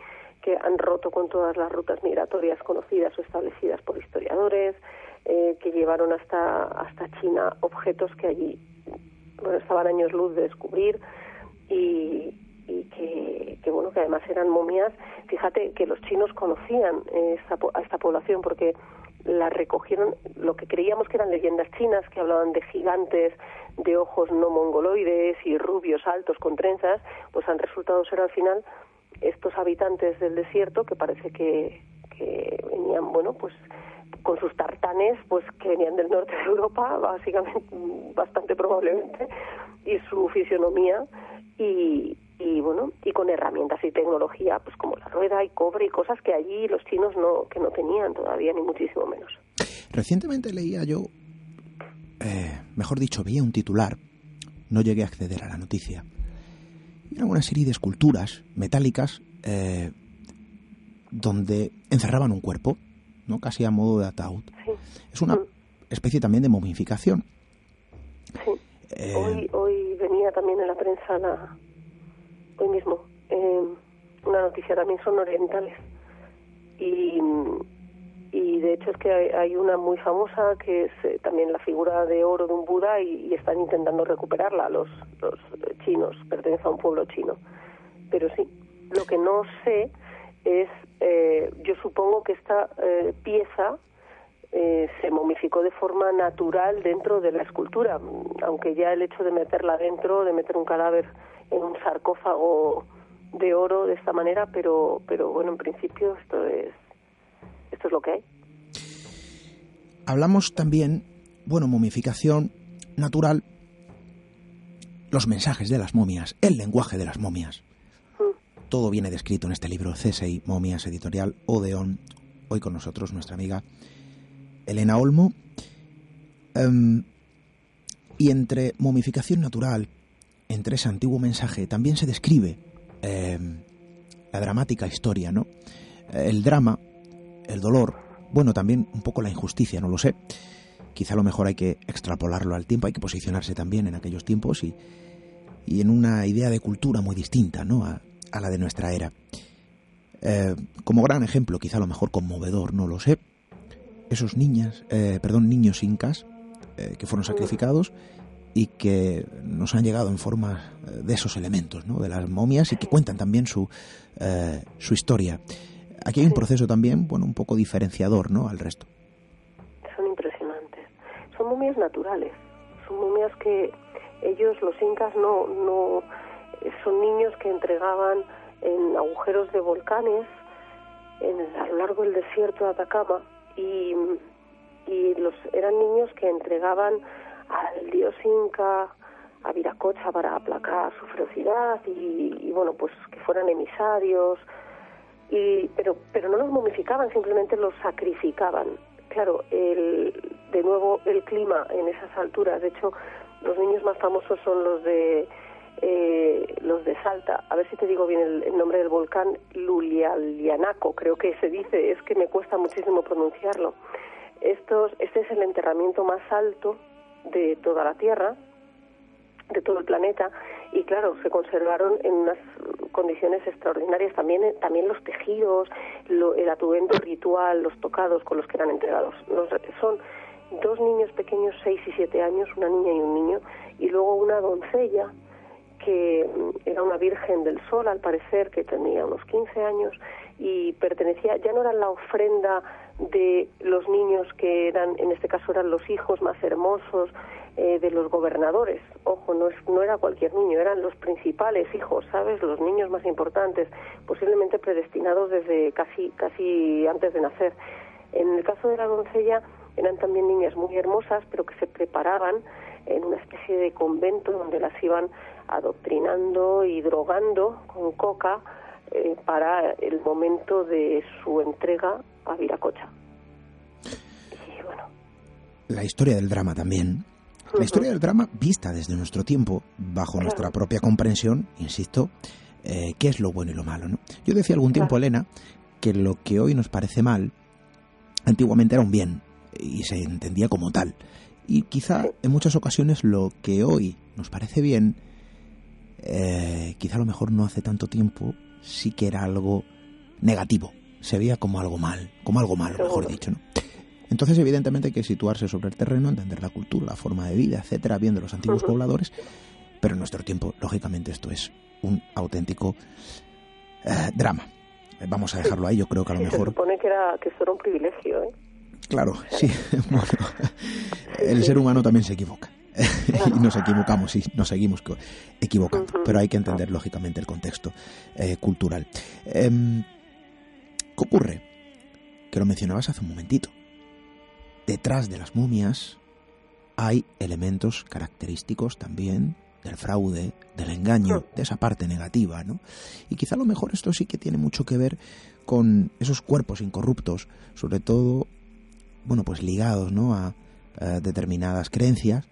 E: que han roto con todas las rutas migratorias conocidas o establecidas por historiadores, eh, que llevaron hasta hasta China objetos que allí, bueno, estaban años luz de descubrir, y, y que, que bueno, que además eran momias. Fíjate que los chinos conocían esta, a esta población, porque la recogieron, lo que creíamos que eran leyendas chinas, que hablaban de gigantes de ojos no mongoloides y rubios altos con trenzas, pues han resultado ser al final estos habitantes del desierto, que parece que, que venían, bueno, pues con sus tartanes, pues que venían del norte de Europa, básicamente, bastante probablemente, y su fisionomía, y, y bueno, y con herramientas y tecnología, pues como la rueda y cobre y cosas que allí los chinos no, que no tenían todavía, ni muchísimo menos.
B: Recientemente leía yo, eh, mejor dicho, veía un titular, no llegué a acceder a la noticia, era una serie de esculturas metálicas eh, donde encerraban un cuerpo, ¿no? Casi a modo de ataúd.
E: Sí.
B: Es una especie también de momificación.
E: Sí. Eh... Hoy, hoy venía también en la prensa, la, hoy mismo, eh, una noticia, también son orientales. Y, y de hecho es que hay, hay una muy famosa que es eh, también la figura de oro de un Buda, y, y están intentando recuperarla los, los chinos, pertenece a un pueblo chino. Pero sí, lo que no sé es, eh, yo supongo que esta eh, pieza eh, se momificó de forma natural dentro de la escultura, aunque ya el hecho de meterla dentro, de meter un cadáver en un sarcófago de oro de esta manera, pero pero bueno, en principio esto es esto es lo que hay.
B: Hablamos también, bueno, momificación natural, los mensajes de las momias, el lenguaje de las momias. Todo viene descrito en este libro, C S I, Momias, editorial Odeón. Hoy con nosotros nuestra amiga Elena Olmo. Um, y entre momificación natural, entre ese antiguo mensaje, también se describe eh, la dramática historia, ¿no? El drama, el dolor, bueno, también un poco la injusticia, no lo sé. Quizá a lo mejor hay que extrapolarlo al tiempo, hay que posicionarse también en aquellos tiempos y, y en una idea de cultura muy distinta, ¿no? A, a la de nuestra era. Eh, como gran ejemplo, quizá a lo mejor conmovedor, no lo sé, esos niñas, eh, perdón, niños incas eh, que fueron sacrificados y que nos han llegado en forma de esos elementos, ¿no? De las momias, y que cuentan también su eh, su historia. Aquí hay un proceso también, bueno, un poco diferenciador, ¿no?, al resto.
E: Son impresionantes. Son momias naturales. Son momias que ellos, los incas, no no son niños que entregaban en agujeros de volcanes en, a lo largo del desierto de Atacama, y, y los eran niños que entregaban al dios inca, a Viracocha, para aplacar su ferocidad y, y bueno, pues que fueran emisarios, y pero pero no los momificaban, simplemente los sacrificaban. Claro, el, de nuevo el clima en esas alturas, de hecho los niños más famosos son los de Eh, los de Salta, a ver si te digo bien el, el nombre del volcán, Llullaillaco, creo que se dice, es que me cuesta muchísimo pronunciarlo. Estos, este es el enterramiento más alto de toda la Tierra, de todo el planeta, y claro, se conservaron en unas condiciones extraordinarias. También, también los tejidos, lo, el atuendo ritual, los tocados con los que eran entregados. Los, son dos niños pequeños, seis y siete años, una niña y un niño, y luego una doncella que era una virgen del sol, al parecer, que tenía unos quince años y pertenecía, ya no era la ofrenda de los niños que eran, en este caso eran los hijos más hermosos eh, de los gobernadores. Ojo, no, es, no era cualquier niño, eran los principales hijos, ¿sabes? Los niños más importantes, posiblemente predestinados desde casi, casi antes de nacer. En el caso de la doncella, eran también niñas muy hermosas, pero que se preparaban en una especie de convento donde las iban adoctrinando y drogando con coca eh, para el momento de su entrega a Viracocha. Y bueno,
B: la historia del drama también. La historia del drama vista desde nuestro tiempo, bajo claro. nuestra propia comprensión, insisto, eh, qué es lo bueno y lo malo, ¿no? Yo decía algún tiempo, claro. Elena, que lo que hoy nos parece mal, antiguamente era un bien y se entendía como tal. Y quizá sí. en muchas ocasiones lo que hoy nos parece bien, eh, quizá a lo mejor no hace tanto tiempo, sí que era algo negativo, se veía como algo mal, como algo malo, mejor dicho, ¿no? Entonces, evidentemente, hay que situarse sobre el terreno, entender la cultura, la forma de vida, etcétera, viendo los antiguos uh-huh. pobladores, pero en nuestro tiempo, lógicamente, esto es un auténtico eh, drama. Vamos a dejarlo ahí, yo creo que a lo
E: sí,
B: mejor...
E: Se supone que, era, que esto era un privilegio, ¿eh?
B: Claro, sí, bueno, el ser humano también se equivoca. Y nos equivocamos, sí, nos seguimos equivocando, uh-huh. pero hay que entender, lógicamente, el contexto eh, cultural. Eh, ¿Qué ocurre? Que lo mencionabas hace un momentito. Detrás de las momias hay elementos característicos también del fraude, del engaño, de esa parte negativa, ¿no? Y quizá a lo mejor esto sí que tiene mucho que ver con esos cuerpos incorruptos, sobre todo, bueno, pues ligados, ¿no?, a, a determinadas creencias.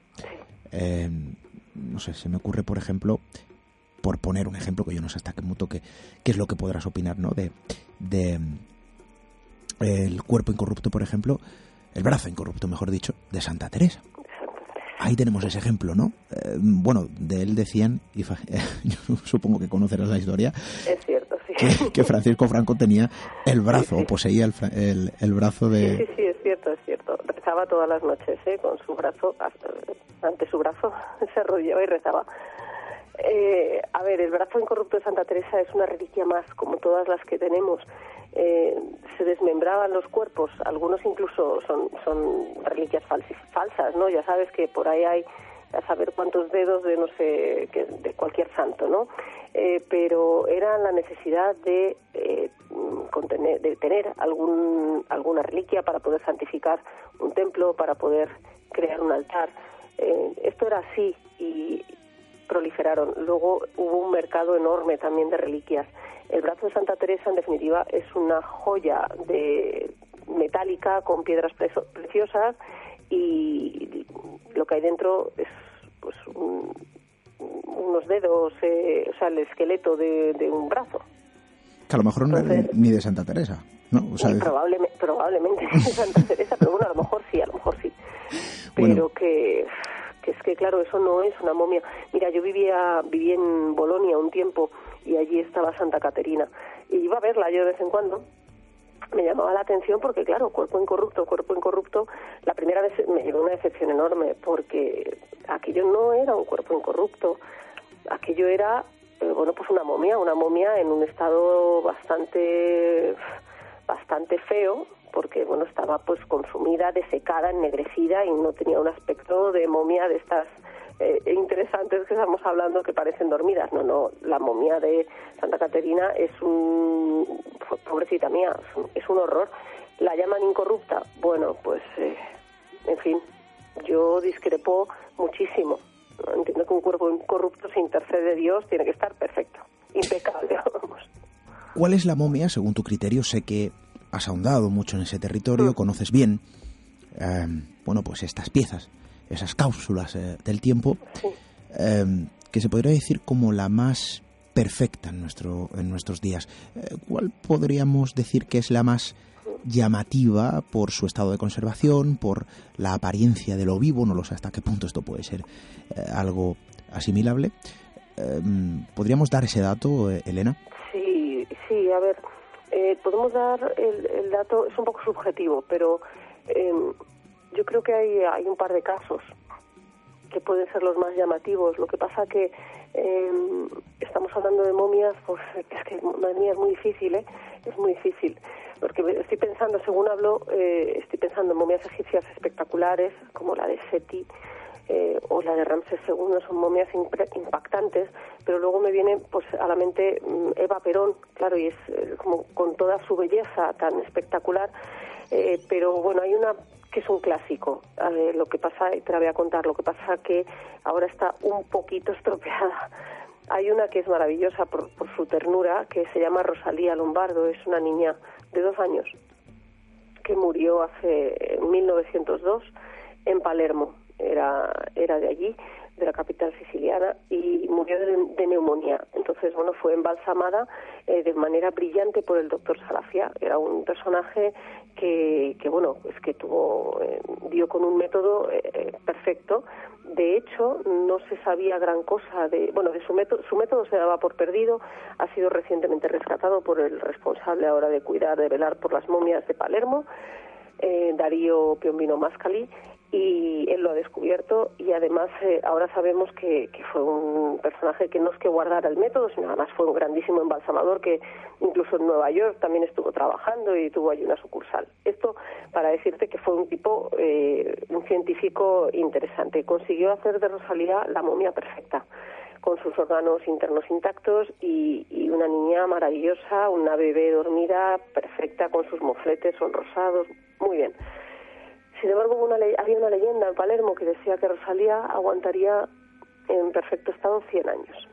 B: Eh, no sé, se me ocurre, por ejemplo, por poner un ejemplo que yo no sé hasta qué punto qué es lo que podrás opinar, ¿no?, de, de el cuerpo incorrupto, por ejemplo, el brazo incorrupto, mejor dicho, de Santa Teresa. Ahí tenemos ese ejemplo, ¿no? Eh, bueno, de él decían, y eh, yo supongo que conocerás la historia,
E: es cierto, sí.
B: que, que Francisco Franco tenía el brazo, sí, sí. o poseía el, el, el brazo de...
E: Sí, sí, sí, es cierto, es cierto. Rezaba todas las noches, ¿eh? Con su brazo, ante su brazo, se arrodillaba y rezaba. Eh, a ver, el brazo incorrupto de Santa Teresa es una reliquia más, como todas las que tenemos. Eh, se desmembraban los cuerpos, algunos incluso son, son reliquias falsas, ¿no? Ya sabes que por ahí hay a saber cuántos dedos de no sé, que, de cualquier santo, ¿no? Eh, pero era la necesidad de, eh, contener, de tener algún, alguna reliquia para poder santificar un templo, para poder crear un altar. Eh, esto era así y proliferaron. Luego hubo un mercado enorme también de reliquias. El brazo de Santa Teresa, en definitiva, es una joya de metálica con piedras preciosas y lo que hay dentro es pues un, unos dedos, eh, o sea, el esqueleto de, de un brazo.
B: Que a lo mejor Entonces, no, ni de Santa Teresa, ¿no? O sea,
E: probablemente, probablemente de Santa Teresa, pero bueno, a lo mejor sí, a lo mejor sí. Pero bueno. que... que es que claro, eso no es una momia. Mira, yo vivía viví en Bolonia un tiempo y allí estaba Santa Caterina y iba a verla yo de vez en cuando. Me llamaba la atención porque claro, cuerpo incorrupto, cuerpo incorrupto, la primera vez me llevó una decepción enorme porque aquello no era un cuerpo incorrupto, aquello era, eh, bueno, pues una momia, una momia en un estado bastante, bastante feo, porque bueno, estaba pues consumida, desecada, ennegrecida y no tenía un aspecto de momia de estas eh, interesantes que estamos hablando que parecen dormidas. No, no, la momia de Santa Caterina es un, pobrecita mía, es un, es un horror. La llaman incorrupta. Bueno, pues eh, en fin, yo discrepo muchísimo. Entiendo que un cuerpo incorrupto, si intercede Dios, tiene que estar perfecto, impecable, vamos.
B: ¿Cuál es la momia, según tu criterio? Sé que has ahondado mucho en ese territorio, conoces bien, eh, bueno, pues estas piezas, esas cápsulas eh, del tiempo, eh, que se podría decir como la más perfecta en nuestro en nuestros días. Eh, ¿Cuál podríamos decir que es la más llamativa por su estado de conservación, por la apariencia de lo vivo? No lo sé hasta qué punto esto puede ser eh, algo asimilable. Eh, ¿Podríamos dar ese dato, eh, Elena?
E: Sí, sí, a ver... Eh, podemos dar el, el dato, es un poco subjetivo, pero eh, yo creo que hay, hay un par de casos que pueden ser los más llamativos. Lo que pasa que eh, estamos hablando de momias, pues es que, madre mía, es muy difícil, ¿eh? Es muy difícil, porque estoy pensando, según hablo, eh, estoy pensando en momias egipcias espectaculares, como la de Seti, Eh, o la de Ramsés segundo, son momias impactantes, pero luego me viene pues a la mente Eva Perón, claro, y es eh, como con toda su belleza tan espectacular, eh, pero bueno, hay una que es un clásico, eh, lo que pasa, y te la voy a contar, lo que pasa que ahora está un poquito estropeada. Hay una que es maravillosa por, por su ternura, que se llama Rosalía Lombardo, es una niña de dos años que murió hace en mil novecientos dos en Palermo. Era, era de allí, de la capital siciliana, y murió de, de neumonía. Entonces, bueno, fue embalsamada eh, de manera brillante por el doctor Salafia. Era un personaje que, que bueno, pues que tuvo, eh, dio con un método eh, perfecto. De hecho, no se sabía gran cosa de, bueno, de su método, su método se daba por perdido. Ha sido recientemente rescatado por el responsable ahora de cuidar, de velar por las momias de Palermo, eh, Darío Piombino Mascali, y él lo ha descubierto, y además eh, ahora sabemos que, que fue un personaje que no es que guardara el método, sino además fue un grandísimo embalsamador que incluso en Nueva York también estuvo trabajando y tuvo allí una sucursal. Esto para decirte que fue un tipo, eh, un científico interesante. Consiguió hacer de Rosalía la momia perfecta, con sus órganos internos intactos y, y una niña maravillosa, una bebé dormida perfecta con sus mofletes sonrosados, muy bien. Sin embargo, una le- había una leyenda en Palermo que decía que Rosalía aguantaría en perfecto estado cien años.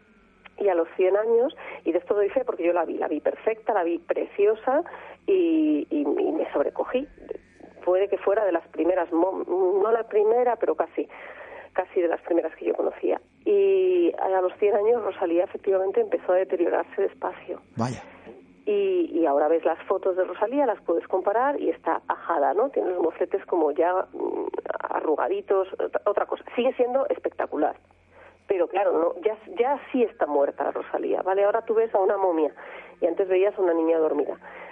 E: Y a los cien años, y de esto doy fe porque yo la vi, la vi perfecta, la vi preciosa y, y, y me sobrecogí. Puede que fuera de las primeras, no la primera, pero casi, casi de las primeras que yo conocía. Y a los cien años Rosalía efectivamente empezó a deteriorarse despacio.
B: Vaya.
E: Y, y ahora ves las fotos de Rosalía, las puedes comparar y está ajada, ¿no? Tiene los mofletes como ya mm, arrugaditos, otra, otra cosa. Sigue siendo espectacular, pero claro, no, ya, ya sí está muerta Rosalía, ¿vale? Ahora tú ves a una momia y antes veías a una niña dormida.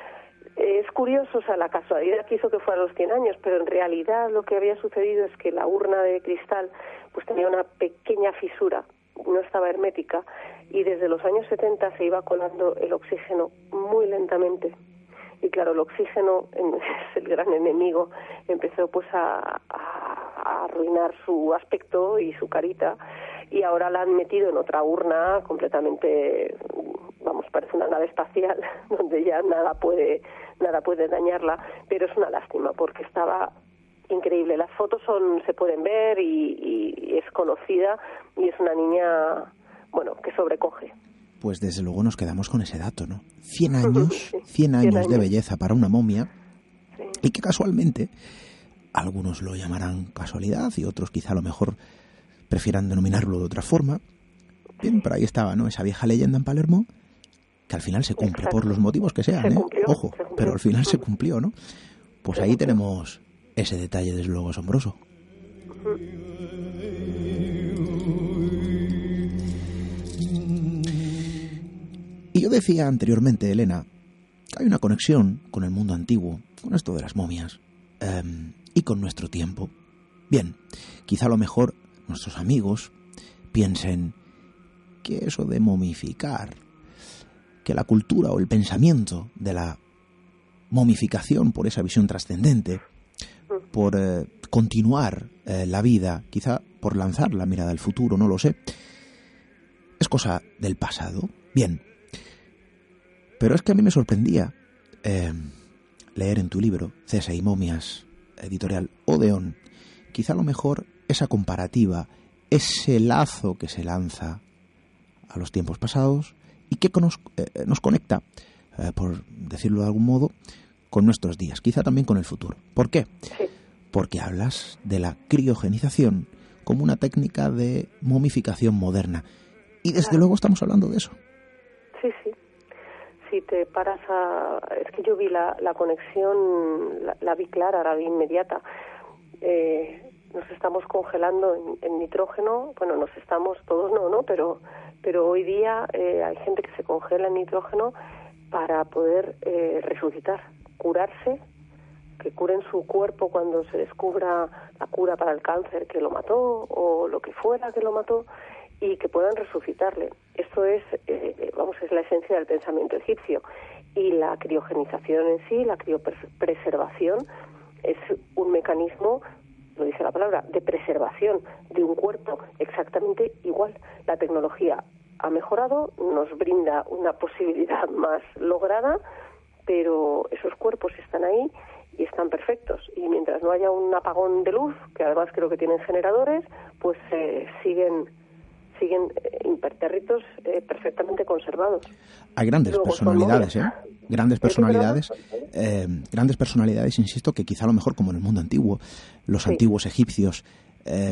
E: Es curioso, o sea, la casualidad quiso que fuera a los cien años, pero en realidad lo que había sucedido es que la urna de cristal pues tenía una pequeña fisura, no estaba hermética, y desde los años setenta se iba colando el oxígeno muy lentamente. Y claro, el oxígeno es el gran enemigo, empezó pues a, a, a arruinar su aspecto y su carita, y ahora la han metido en otra urna completamente, vamos, parece una nave espacial, donde ya nada puede, nada puede dañarla, pero es una lástima porque estaba increíble. Las fotos son, se pueden ver y, y es conocida, y es una niña, bueno, que sobrecoge.
B: Pues desde luego nos quedamos con ese dato, ¿no? Cien años,
E: Sí,
B: cien años,
E: años
B: de belleza para una momia,
E: Sí.
B: y que casualmente, algunos lo llamarán casualidad y otros quizá a lo mejor prefieran denominarlo de otra forma. Bien, pero ahí estaba, ¿no? Esa vieja leyenda en Palermo, que al final se cumple,
E: Exacto.
B: por los motivos que sean,
E: Se
B: ¿eh?
E: cumplió,
B: Ojo,
E: se cumplió.
B: pero al final se
E: Mm.
B: cumplió, ¿no? Pues
E: Se
B: ahí
E: cumplió.
B: tenemos ese detalle desde luego asombroso. Y yo decía anteriormente, Elena, que hay una conexión con el mundo antiguo, con esto de las momias, eh, y con nuestro tiempo. Bien, quizá a lo mejor nuestros amigos piensen que eso de momificar, que la cultura o el pensamiento de la momificación por esa visión trascendente, por eh, continuar eh, la vida, quizá por lanzar la mirada al futuro, no lo sé, es cosa del pasado. Bien, pero es que a mí me sorprendía eh, leer en tu libro, Cesa y Momias, editorial Odeón, quizá a lo mejor esa comparativa, ese lazo que se lanza a los tiempos pasados y que nos, eh, nos conecta, eh, por decirlo de algún modo, con nuestros días, quizá también con el futuro. ¿Por qué?
E: Sí.
B: Porque hablas de la criogenización como una técnica de momificación moderna. Y desde
E: Claro.
B: luego estamos hablando de eso.
E: Sí, sí. Si te paras a... Es que yo vi la, la conexión, la, la vi clara, la vi inmediata. Eh, nos estamos congelando en, en nitrógeno. Bueno, nos estamos, todos no, ¿no? Pero, pero hoy día eh, hay gente que se congela en nitrógeno para poder eh, resucitar, curarse, que curen su cuerpo cuando se descubra la cura para el cáncer que lo mató o lo que fuera que lo mató, y que puedan resucitarle. Esto es, eh, vamos, es la esencia del pensamiento egipcio. Y la criogenización en sí, la criopreservación, es un mecanismo, lo dice la palabra, de preservación de un cuerpo exactamente igual. La tecnología ha mejorado, nos brinda una posibilidad más lograda, pero esos cuerpos están ahí y están perfectos. Y mientras no haya un apagón de luz, que además creo que tienen generadores, pues eh, siguen... siguen eh, impertérritos eh, perfectamente conservados.
B: Hay grandes
E: Luego,
B: personalidades, ¿eh?
E: son momias.
B: Grandes
E: ¿Eh, qué,
B: personalidades, eh, grandes personalidades, insisto, que quizá a lo mejor como en el mundo antiguo, los
E: Sí.
B: antiguos egipcios, eh,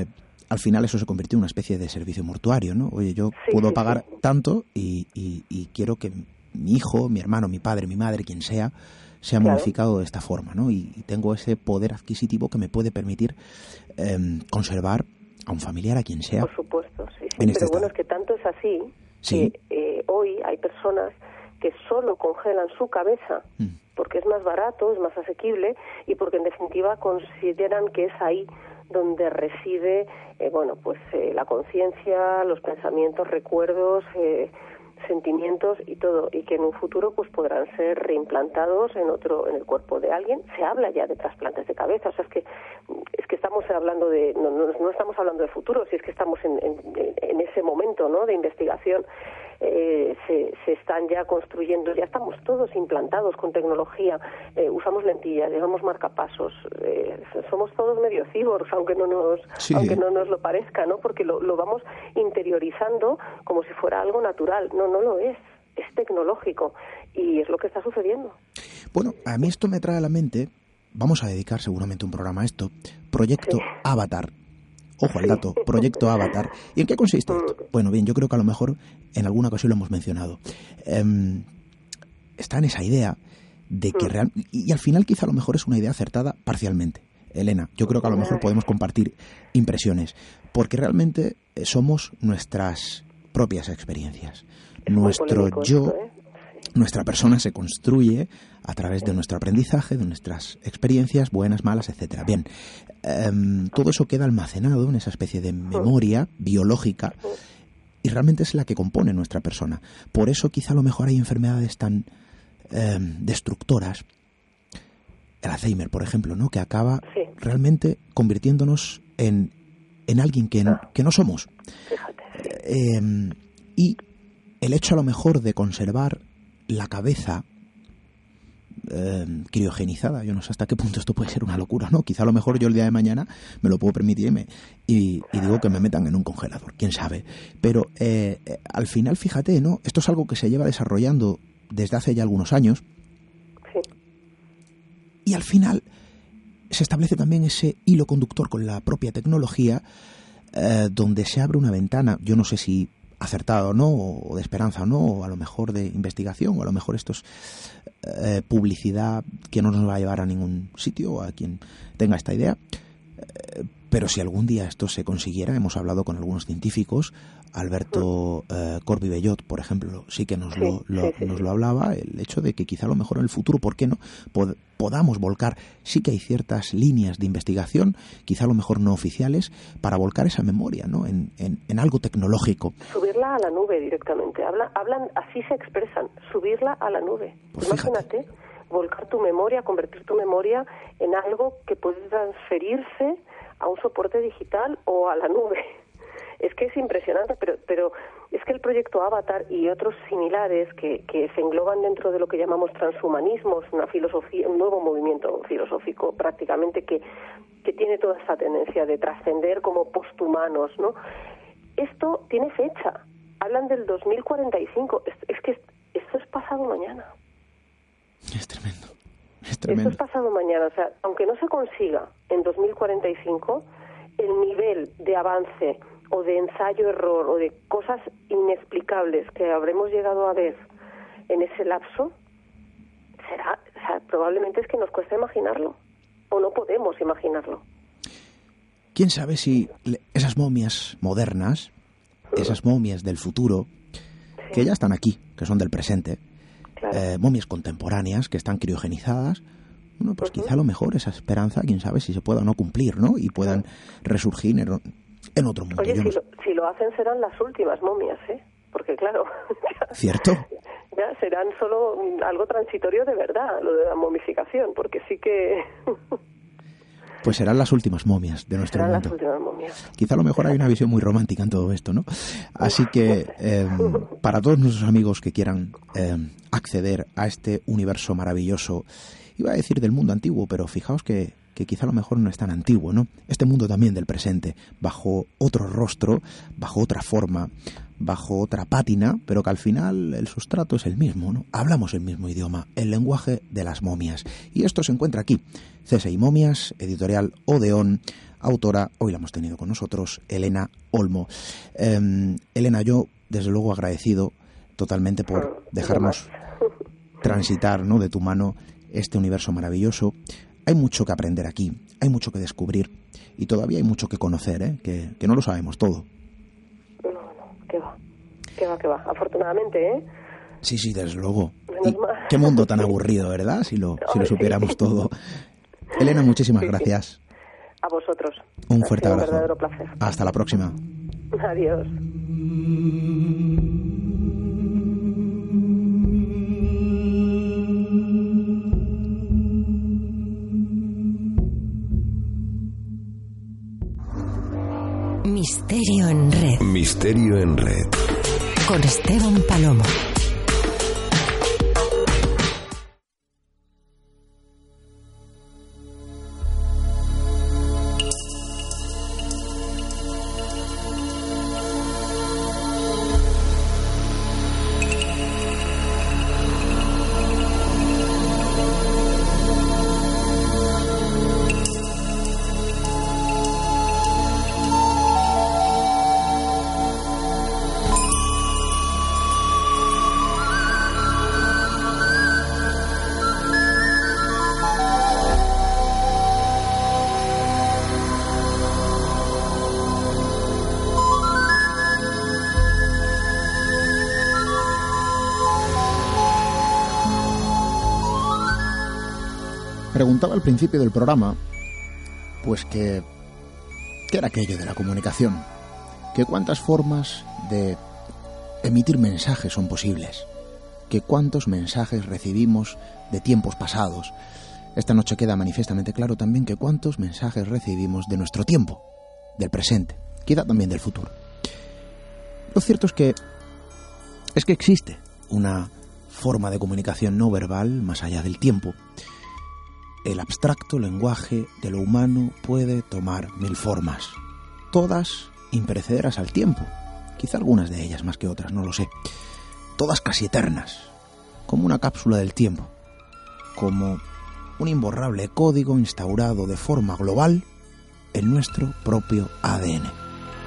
B: al final eso se convirtió en una especie de servicio mortuario, ¿no? Oye, yo
E: sí,
B: puedo
E: sí,
B: pagar
E: sí.
B: tanto y, y, y quiero que mi hijo, mi hermano, mi padre, mi madre, quien sea, sea
E: Claro.
B: momificado de esta forma, ¿no? Y, y tengo ese poder adquisitivo que me puede permitir eh, conservar a un familiar, a quien sea.
E: Por supuesto, sí, sí.
B: En este
E: Pero bueno,
B: estado.
E: es que tanto es así
B: Sí.
E: que eh, hoy hay personas que solo congelan su cabeza
B: Mm.
E: porque es más barato, es más asequible y porque en definitiva consideran que es ahí donde reside, eh, bueno, pues eh, la conciencia, los pensamientos, recuerdos, eh, sentimientos y todo, y que en un futuro pues podrán ser reimplantados en otro, en el cuerpo de alguien. Se habla ya de trasplantes de cabeza, o sea, es que es que estamos hablando de, no, no, no estamos hablando de futuro, si es que estamos en, en, en ese momento, ¿no?, de investigación. Eh, se, se están ya construyendo, ya estamos todos implantados con tecnología, eh, usamos lentillas, llevamos marcapasos, eh, somos todos medio cyborgs, aunque no nos,
B: Sí.
E: aunque no nos lo parezca, ¿no? Porque lo, lo vamos interiorizando como si fuera algo natural. No, no lo es, es tecnológico y es lo que está sucediendo.
B: Bueno, a mí esto me trae a la mente, vamos a dedicar seguramente un programa a esto, Proyecto
E: Sí.
B: Avatar. Ojo al dato, Proyecto Avatar. ¿Y en qué consiste esto? Bueno, bien, yo creo que a lo mejor en alguna ocasión lo hemos mencionado. Eh, está en esa idea de que real, y, y al final quizá a lo mejor es una idea acertada parcialmente. Elena, yo creo que a lo mejor podemos compartir impresiones, porque realmente eh, somos nuestras propias experiencias.
E: Es muy
B: Nuestro
E: polémico
B: yo,
E: esto, ¿eh?
B: nuestra persona se construye a través de nuestro aprendizaje, de nuestras experiencias, buenas, malas, etcétera. Bien, eh, todo eso queda almacenado en esa especie de memoria biológica y realmente es la que compone nuestra persona. Por eso quizá a lo mejor hay enfermedades tan eh, destructoras, el Alzheimer, por ejemplo, ¿no?, que acaba
E: Sí.
B: realmente convirtiéndonos en, en alguien que,
E: Ah.
B: que no somos.
E: Fíjate.
B: Eh, y el hecho a lo mejor de conservar la cabeza eh, criogenizada, yo no sé hasta qué punto esto puede ser una locura, ¿no? Quizá a lo mejor yo el día de mañana me lo puedo permitir y, me, y, y digo que me metan en un congelador, quién sabe. Pero eh, eh, al final, fíjate, ¿no? Esto es algo que se lleva desarrollando desde hace ya algunos años
E: Sí.
B: y al final se establece también ese hilo conductor con la propia tecnología eh, donde se abre una ventana, yo no sé si acertada o no, o de esperanza o no, o a lo mejor de investigación, o a lo mejor esto es eh, publicidad que no nos va a llevar a ningún sitio, a quien tenga esta idea. Eh, pero si algún día esto se consiguiera, hemos hablado con algunos científicos, Alberto eh, Corbi Bellot, por ejemplo, sí que nos,
E: Sí,
B: lo, lo-
E: sí, sí,
B: nos
E: sí.
B: lo hablaba, el hecho de que quizá a lo mejor en el futuro, ¿por qué no?, pod- podamos volcar, sí que hay ciertas líneas de investigación, quizá a lo mejor no oficiales, para volcar esa memoria, ¿no?, en, en, en algo tecnológico.
E: Subirla a la nube directamente. Habla, hablan, así se expresan, subirla a la nube.
B: Pues
E: Imagínate, volcar tu memoria, convertir tu memoria en algo que puede transferirse a un soporte digital o a la nube. Es que es impresionante, pero, pero es que el proyecto Avatar y otros similares que, que se engloban dentro de lo que llamamos transhumanismo, es una filosofía, un nuevo movimiento filosófico prácticamente que, que tiene toda esta tendencia de trascender como posthumanos, ¿no? Esto tiene fecha. Hablan del dos mil cuarenta y cinco. Es, es que esto es pasado mañana.
B: Es tremendo, es
E: Esto
B: tremendo.
E: es pasado mañana. O sea, aunque no se consiga en dos mil cuarenta y cinco, el nivel de avance o de ensayo-error o de cosas inexplicables que habremos llegado a ver en ese lapso, será, o sea, probablemente es que nos cuesta imaginarlo. O no podemos imaginarlo.
B: ¿Quién sabe si le- esas momias modernas, esas momias del futuro, que ya están aquí, que son del presente,
E: Claro.
B: eh, momias contemporáneas que están criogenizadas, bueno, pues
E: Ujú.
B: quizá a lo mejor esa esperanza, quién sabe si se pueda o no cumplir, ¿no? Y puedan resurgir en, en otro mundo.
E: Oye,
B: Yo
E: si
B: no sé.
E: lo, si lo hacen serán las últimas momias, ¿eh? Porque claro, ya,
B: ¿Cierto?
E: ya serán solo mm, algo transitorio de verdad, lo de la momificación, porque sí que
B: Pues serán las últimas momias de nuestro
E: serán las
B: mundo.
E: últimas momias.
B: Quizá a lo mejor hay una visión muy romántica en todo esto, ¿no? Así que eh, para todos nuestros amigos que quieran eh, acceder a este universo maravilloso, iba a decir del mundo antiguo, pero fijaos que, que quizá a lo mejor no es tan antiguo, ¿no? Este mundo también del presente, bajo otro rostro, bajo otra forma, bajo otra pátina, pero que al final el sustrato es el mismo, ¿no? Hablamos el mismo idioma, el lenguaje de las momias. Y esto se encuentra aquí, C S I Momias, editorial Odeón, autora, hoy la hemos tenido con nosotros, Elena Olmo. Eh, Elena, yo desde luego agradecido totalmente por dejarnos transitar, ¿no?, de tu mano este universo maravilloso. Hay mucho que aprender aquí, hay mucho que descubrir y todavía hay mucho que conocer, ¿eh? que, que no lo sabemos todo.
E: No, no, que va, que va, que va, afortunadamente, ¿eh?
B: Sí, sí, desde luego. Y qué mundo tan aburrido, ¿verdad? Si lo, si lo supiéramos sí. todo. Elena, muchísimas sí, gracias.
E: Sí. A vosotros.
B: Un fuerte abrazo.
E: Un verdadero placer.
B: Hasta la próxima.
E: Adiós.
C: Misterio en Red.
D: Misterio en Red.
C: Con Esteban Palomo.
B: Preguntaba al principio del programa, pues que, ¿qué era aquello de la comunicación? Que cuántas formas de emitir mensajes son posibles, que cuántos mensajes recibimos de tiempos pasados. Esta noche queda manifiestamente claro también que cuántos mensajes recibimos de nuestro tiempo, del presente, quizá también del futuro. Lo cierto es que es que existe una forma de comunicación no verbal más allá del tiempo. El abstracto lenguaje de lo humano puede tomar mil formas, todas imperecederas al tiempo, quizá algunas de ellas más que otras, no lo sé, todas casi eternas, como una cápsula del tiempo, como un imborrable código instaurado de forma global en nuestro propio A D N.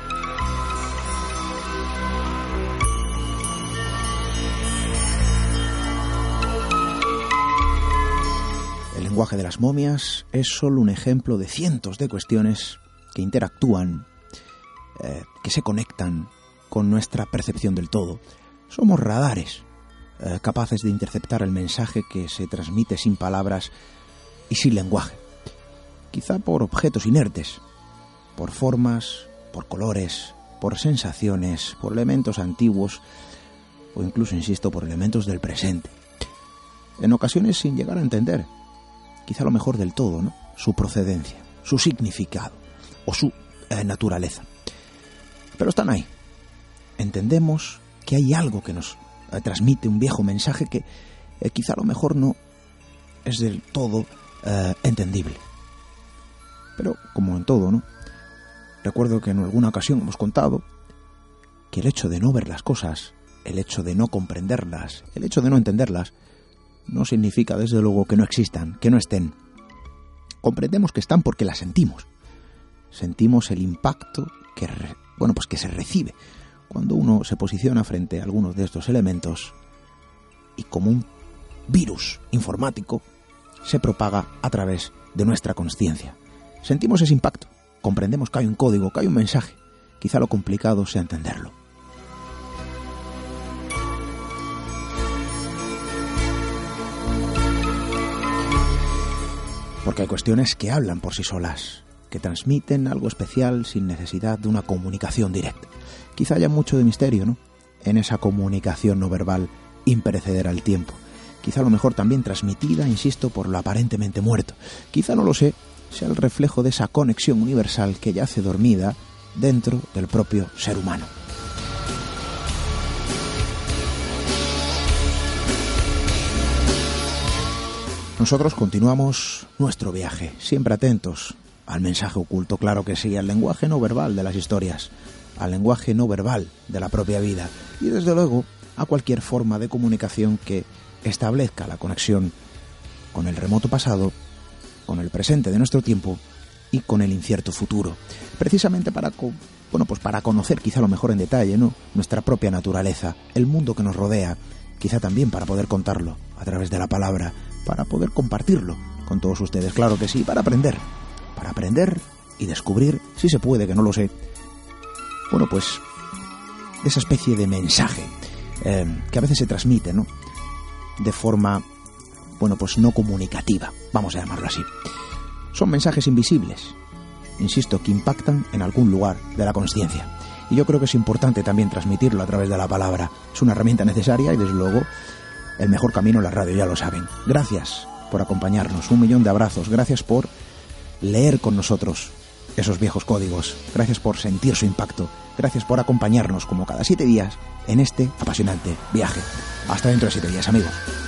B: El lenguaje de las momias es solo un ejemplo de cientos de cuestiones que interactúan, eh, que se conectan con nuestra percepción del todo. Somos radares, eh, capaces de interceptar el mensaje que se transmite sin palabras y sin lenguaje. Quizá por objetos inertes, por formas, por colores, por sensaciones, por elementos antiguos o incluso, insisto, por elementos del presente. En ocasiones sin llegar a entender, quizá lo mejor del todo, ¿no?, su procedencia, su significado o su eh, naturaleza. Pero están ahí. Entendemos que hay algo que nos eh, transmite un viejo mensaje que eh, quizá a lo mejor no es del todo eh, entendible. Pero, como en todo, ¿no?, recuerdo que en alguna ocasión hemos contado que el hecho de no ver las cosas, el hecho de no comprenderlas, el hecho de no entenderlas, no significa, desde luego, que no existan, que no estén. Comprendemos que están porque las sentimos. Sentimos el impacto que, re, bueno, pues que se recibe cuando uno se posiciona frente a algunos de estos elementos y, como un virus informático, se propaga a través de nuestra consciencia. Sentimos ese impacto, comprendemos que hay un código, que hay un mensaje. Quizá lo complicado sea entenderlo. Porque hay cuestiones que hablan por sí solas, que transmiten algo especial sin necesidad de una comunicación directa. Quizá haya mucho de misterio, ¿no?, en esa comunicación no verbal imperecedera al tiempo. Quizá a lo mejor también transmitida, insisto, por lo aparentemente muerto. Quizá, no lo sé, sea el reflejo de esa conexión universal que yace dormida dentro del propio ser humano. Nosotros continuamos nuestro viaje, siempre atentos al mensaje oculto, claro que sí, al lenguaje no verbal de las historias. al lenguaje no verbal de la propia vida y desde luego a cualquier forma de comunicación que establezca la conexión con el remoto pasado, con el presente de nuestro tiempo y con el incierto futuro, precisamente para, bueno, pues para conocer quizá lo mejor en detalle, ¿no?, nuestra propia naturaleza, el mundo que nos rodea, quizá también para poder contarlo a través de la palabra, para poder compartirlo con todos ustedes, claro que sí, para aprender, para aprender y descubrir, si se puede, que no lo sé, bueno, pues esa especie de mensaje eh, que a veces se transmite, ¿no?, de forma, bueno, pues no comunicativa, vamos a llamarlo así. Son mensajes invisibles, insisto, que impactan en algún lugar de la consciencia. Y yo creo que es importante también transmitirlo a través de la palabra. Es una herramienta necesaria y, desde luego, el mejor camino es la radio, ya lo saben. Gracias por acompañarnos, un millón de abrazos. Gracias por leer con nosotros esos viejos códigos. Gracias por sentir su impacto. Gracias por acompañarnos como cada siete días en este apasionante viaje. Hasta dentro de siete días, amigos.